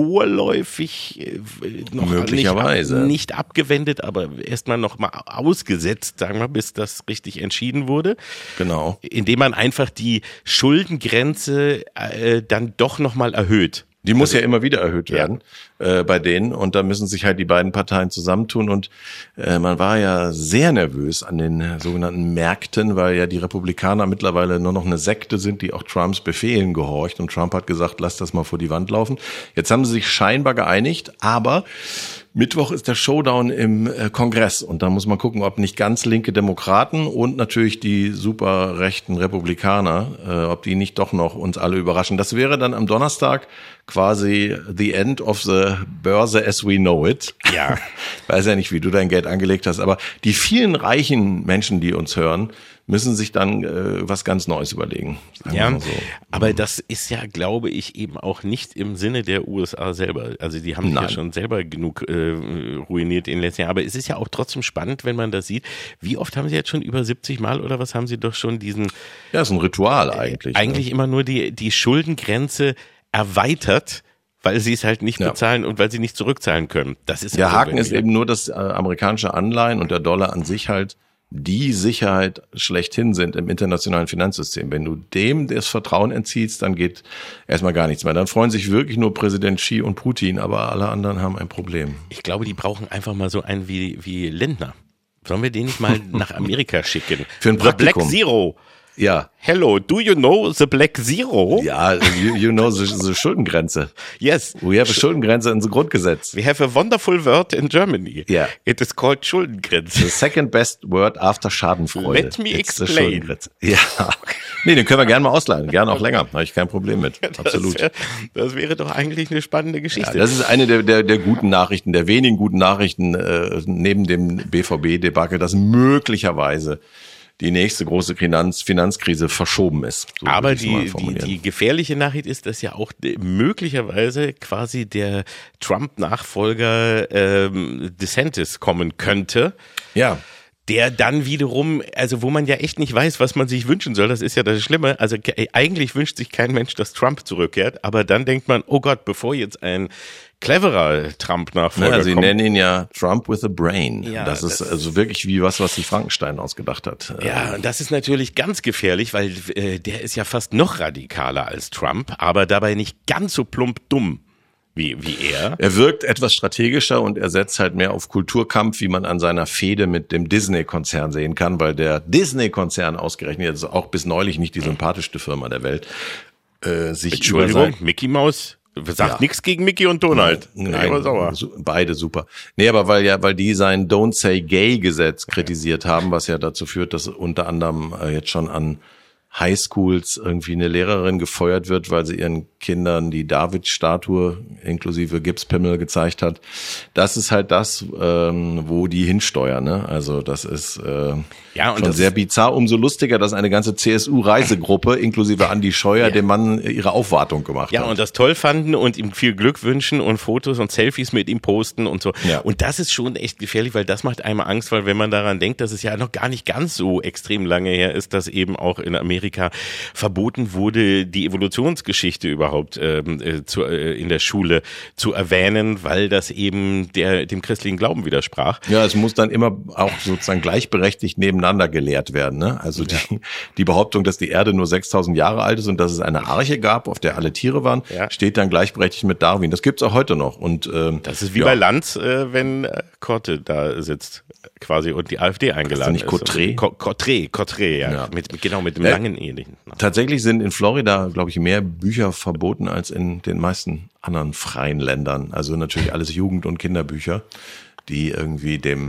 vorläufig äh, noch Möglicherweise. Nicht, nicht abgewendet, aber erstmal noch mal ausgesetzt, sagen wir, bis das richtig entschieden wurde. Genau. Indem man einfach die Schuldengrenze äh, dann doch noch mal erhöht. Die muss ja immer wieder erhöht Ja. werden äh, bei denen und da müssen sich halt die beiden Parteien zusammentun und äh, man war ja sehr nervös an den äh, sogenannten Märkten, weil ja die Republikaner mittlerweile nur noch eine Sekte sind, die auch Trumps Befehlen gehorcht und Trump hat gesagt, lass das mal vor die Wand laufen. Jetzt haben sie sich scheinbar geeinigt, aber Mittwoch ist der Showdown im äh, Kongress und da muss man gucken, ob nicht ganz linke Demokraten und natürlich die super rechten Republikaner, äh, ob die nicht doch noch uns alle überraschen. Das wäre dann am Donnerstag quasi the end of the Börse as we know it. Ja. Weiß ja nicht, wie du dein Geld angelegt hast, aber die vielen reichen Menschen, die uns hören, müssen sich dann äh, was ganz Neues überlegen. Sagen wir Ja, mal so. aber das ist ja, glaube ich, eben auch nicht im Sinne der U S A selber. Also die haben sich Nein. ja schon selber genug äh, ruiniert in den letzten Jahren. Aber es ist ja auch trotzdem spannend, wenn man das sieht. Wie oft haben sie jetzt schon über siebzig Mal oder was haben sie doch schon diesen Ja, ist ein Ritual eigentlich. eigentlich ne? immer nur die, die Schuldengrenze erweitert, weil sie es halt nicht Ja. bezahlen und weil sie nicht zurückzahlen können. Das ist Der also, Haken wenn ist wir- eben nur, dass äh, amerikanische Anleihen und der Dollar an sich halt die Sicherheit schlechthin sind im internationalen Finanzsystem. Wenn du dem das Vertrauen entziehst, dann geht erstmal gar nichts mehr. Dann freuen sich wirklich nur Präsident Xi und Putin, aber alle anderen haben ein Problem. Ich glaube, die brauchen einfach mal so einen wie, wie Lindner. Sollen wir den nicht mal nach Amerika schicken? Für ein The Black Praktikum. Zero. Ja. Hello, do you know the Black Zero? Ja, you, you know the, the Schuldengrenze. Yes. We have a Schuldengrenze in the Grundgesetz. We have a wonderful word in Germany. Yeah. It is called The Schuldengrenze. second best word after Schadenfreude. Let me It's the explain. Schuldengrenze. Ja. Nee, den können wir gerne mal ausleihen. Gerne auch länger. Habe ich kein Problem mit. Absolut. Das, wär, das wäre doch eigentlich eine spannende Ja, Geschichte. das ist eine der, der, der guten Nachrichten, der wenigen guten Nachrichten äh, neben dem B V B-Debakel, dass möglicherweise die nächste große Finanz, Finanzkrise verschoben ist. So Aber würde ich es mal die, die, formulieren. die gefährliche Nachricht ist, dass ja auch de- möglicherweise quasi der Trump-Nachfolger ähm, DeSantis kommen könnte. Ja. Der dann wiederum, also wo man ja echt nicht weiß, was man sich wünschen soll, das ist ja das Schlimme. Also ke- eigentlich wünscht sich kein Mensch, dass Trump zurückkehrt, aber dann denkt man, oh Gott, bevor jetzt ein cleverer Trump-Nachfolger Ja, sie kommt. nennen ihn ja Trump with a Brain. Ja, das ist das- also wirklich wie was, was sich Frankenstein ausgedacht hat. Ja, und das ist natürlich ganz gefährlich, weil äh, der ist ja fast noch radikaler als Trump, aber dabei nicht ganz so plump dumm wie, wie er. Er wirkt etwas strategischer und er setzt halt mehr auf Kulturkampf, wie man an seiner Fehde mit dem Disney-Konzern sehen kann, weil der Disney-Konzern ausgerechnet, jetzt auch bis neulich nicht die sympathischste Firma der Welt, äh, sich Entschuldigung, über sein, Mickey Mouse sagt Ja. nichts gegen Mickey und Donald. Ich bin Nein, immer sauer. su- beide super. Nee, aber weil ja, weil die sein Don't Say Gay Gesetz kritisiert haben, was ja dazu führt, dass unter anderem äh, jetzt schon an Highschools irgendwie eine Lehrerin gefeuert wird, weil sie ihren Kindern die David-Statue inklusive Gipspimmel gezeigt hat. Das ist halt das, ähm, wo die hinsteuern. Ne? Also das ist äh, Ja, und schon das- sehr bizarr. Umso lustiger, dass eine ganze C S U-Reisegruppe inklusive Andi Scheuer dem Mann ihre Aufwartung gemacht Ja, hat. und das toll fanden und ihm viel Glück wünschen und Fotos und Selfies mit ihm posten und so. Ja. Und das ist schon echt gefährlich, weil das macht einem Angst, weil wenn man daran denkt, dass es ja noch gar nicht ganz so extrem lange her ist, dass eben auch in Amerika verboten wurde, die Evolutionsgeschichte überhaupt ähm, äh, zu, äh, in der Schule zu erwähnen, weil das eben der dem christlichen Glauben widersprach. Ja, es muss dann immer auch sozusagen gleichberechtigt nebeneinander gelehrt werden. Ne? Also die, die Behauptung, dass die Erde nur sechstausend Jahre alt ist und dass es eine Arche gab, auf der alle Tiere waren, Ja. steht dann gleichberechtigt mit Darwin. Das gibt's auch heute noch. Und ähm, Das ist wie ja, bei Lanz, äh, wenn äh, Korte da sitzt quasi und die AfD eingeladen nicht ist. Cottret? Co- Cottret, Cottret, ja. Ja. Mit, mit, genau, mit dem Äh, langen ähnlichen. Tatsächlich sind in Florida, glaube ich, mehr Bücher verboten als in den meisten anderen freien Ländern. Also natürlich alles Jugend- und Kinderbücher, die irgendwie dem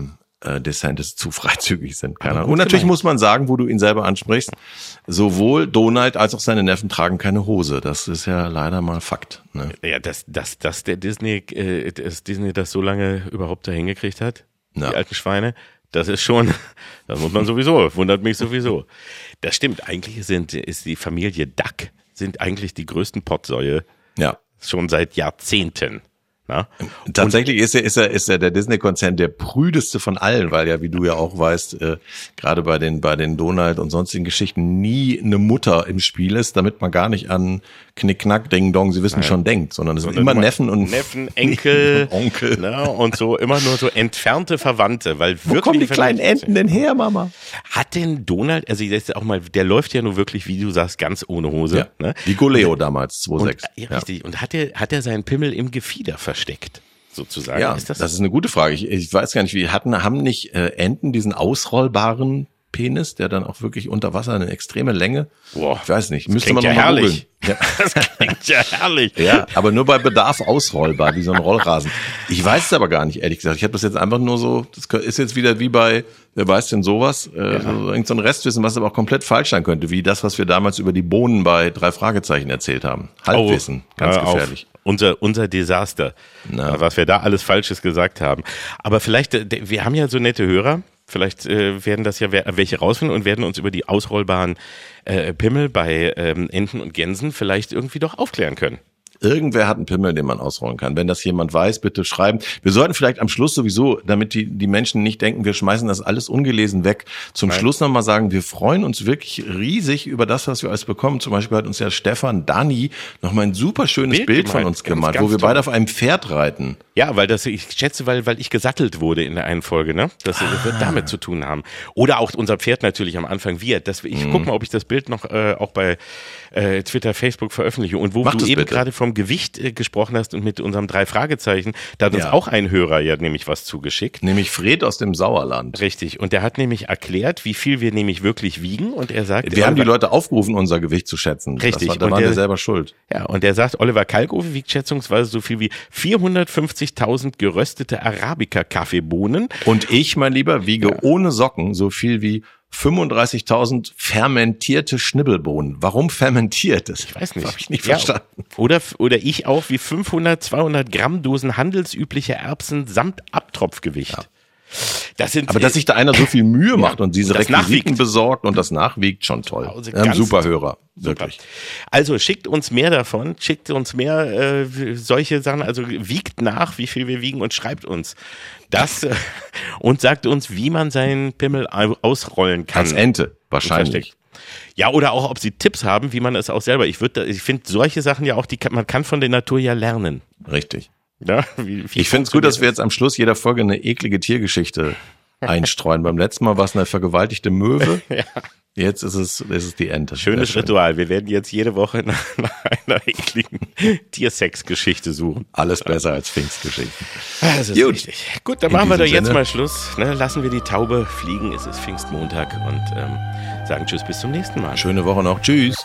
äh, DeSantis zu freizügig sind. Keine Ahnung. Und natürlich gemeint. Muss man sagen, wo du ihn selber ansprichst, sowohl Donald als auch seine Neffen tragen keine Hose. Das ist ja leider mal Fakt. Ne? Ja, dass, dass, dass der Disney, äh, dass Disney das so lange überhaupt da hingekriegt hat, ja. Die alten Schweine, das ist schon, das muss man sowieso, wundert mich sowieso. Das stimmt, eigentlich sind, ist die Familie Duck, sind eigentlich die größten Pottsäue. Ja. Schon seit Jahrzehnten. Na? Tatsächlich ist er, ist er, ist er der Disney-Konzern der prüdeste von allen, weil ja, wie du ja auch weißt, äh, gerade bei den, bei den Donald und sonstigen Geschichten nie eine Mutter im Spiel ist, damit man gar nicht an Knick-Knack, Ding-Dong, sie wissen Nein. schon denkt, sondern es sind immer Neffen und Neffen, Enkel, Onkel, ne, und so immer nur so entfernte Verwandte, weil Wo wirklich. kommen die kleinen Enten denn her, Mama? Hat denn Donald, also das ist auch mal, der läuft ja nur wirklich, wie du sagst, ganz ohne Hose, ja. ne? Wie Goleo damals, zwei Komma sechs. Ja, richtig. Ja. Und hat er, hat er seinen Pimmel im Gefieder versteckt? Sozusagen. Ja, ist das, das ist eine gute Frage. Ich, ich weiß gar nicht, wie hatten, haben nicht äh, Enten diesen ausrollbaren Penis, der dann auch wirklich unter Wasser eine extreme Länge? Boah, ich weiß nicht. Das Müsste man ja noch mal herrlich. Ja. Das klingt ja herrlich. Ja, aber nur bei Bedarf ausrollbar, wie so ein Rollrasen. Ich weiß es aber gar nicht, ehrlich gesagt. Ich habe das jetzt einfach nur so, das ist jetzt wieder wie bei, wer weiß denn sowas, äh, ja. so, irgend so ein Restwissen, was aber auch komplett falsch sein könnte, wie das, was wir damals über die Bohnen bei drei Fragezeichen erzählt haben. Halbwissen, oh, ganz gefährlich. Auf. Unser, unser Desaster, Na. was wir da alles Falsches gesagt haben. Aber vielleicht, wir haben ja so nette Hörer, vielleicht äh, werden das ja welche rausfinden und werden uns über die ausrollbaren äh, Pimmel bei ähm, Enten und Gänsen vielleicht irgendwie doch aufklären können. Irgendwer hat einen Pimmel, den man ausrollen kann. Wenn das jemand weiß, bitte schreiben. Wir sollten vielleicht am Schluss sowieso, damit die, die Menschen nicht denken, wir schmeißen das alles ungelesen weg, zum Nein. Schluss nochmal sagen, wir freuen uns wirklich riesig über das, was wir alles bekommen. Zum Beispiel hat uns ja Stefan Dani nochmal ein super schönes Bild, Bild von uns gemalt, wo wir beide auf einem Pferd reiten. Ja, weil das, ich schätze, weil, weil ich gesattelt wurde in der einen Folge, ne? Das ah. wird damit zu tun haben. Oder auch unser Pferd natürlich am Anfang, wir. Das, ich mhm. guck mal, ob ich das Bild noch äh, auch bei äh, Twitter, Facebook veröffentliche. Und wo Mach du eben bitte. gerade vom Gewicht äh, gesprochen hast und mit unserem drei Fragezeichen, da hat uns ja. auch ein Hörer ja nämlich was zugeschickt. Nämlich Fred aus dem Sauerland. Richtig. Und der hat nämlich erklärt, wie viel wir nämlich wirklich wiegen. Und er sagt, wir haben die Leute aufgerufen, unser Gewicht zu schätzen. Richtig. Das war, da waren wir selber schuld. Ja, und der sagt, Oliver Kalkofe wiegt schätzungsweise so viel wie vierhundertfünfzigtausend geröstete Arabica-Kaffeebohnen. Und ich, mein Lieber, wiege ja. ohne Socken so viel wie fünfunddreißigtausend fermentierte Schnibbelbohnen. Warum fermentiert? Das ich weiß nicht. Habe ich nicht ja, verstanden. Oder, oder ich auch wie fünfhundert, zweihundert Gramm Dosen handelsübliche Erbsen samt Abtropfgewicht. Ja. Das sind, aber dass sich da einer so viel Mühe macht ja, und diese und Requisiten besorgt und das nachwiegt, schon toll. Also wir haben super Hörer, wirklich. Super. Also schickt uns mehr davon, schickt uns mehr äh, solche Sachen, also wiegt nach, wie viel wir wiegen und schreibt uns das äh, und sagt uns, wie man seinen Pimmel ausrollen kann. Als Ente, wahrscheinlich. Ja, oder auch, ob sie Tipps haben, wie man es auch selber, ich würde, ich finde solche Sachen ja auch, die kann, man kann von der Natur ja lernen. Richtig. Ja, wie, wie ich finde es gut, dass wir jetzt am Schluss jeder Folge eine eklige Tiergeschichte einstreuen. Beim letzten Mal war es eine vergewaltigte Möwe. Ja. Jetzt ist es, ist es die Ente. Schönes schön. Ritual. Wir werden jetzt jede Woche nach, nach einer ekligen Tiersex-Geschichte suchen. Alles besser als Pfingstgeschichten. Das ist gut. Richtig. Gut, dann In machen wir doch jetzt Sinne. mal Schluss. Ne, lassen wir die Taube fliegen. Es ist Pfingstmontag und ähm, sagen Tschüss, bis zum nächsten Mal. Schöne Woche noch. Tschüss.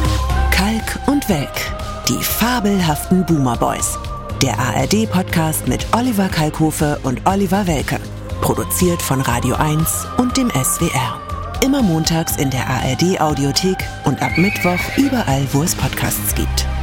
Kalk und Welk. Die fabelhaften Boomer Boys. Der A R D-Podcast mit Oliver Kalkofe und Oliver Welke. Produziert von Radio eins und dem S W R. Immer montags in der A R D-Audiothek und ab Mittwoch überall, wo es Podcasts gibt.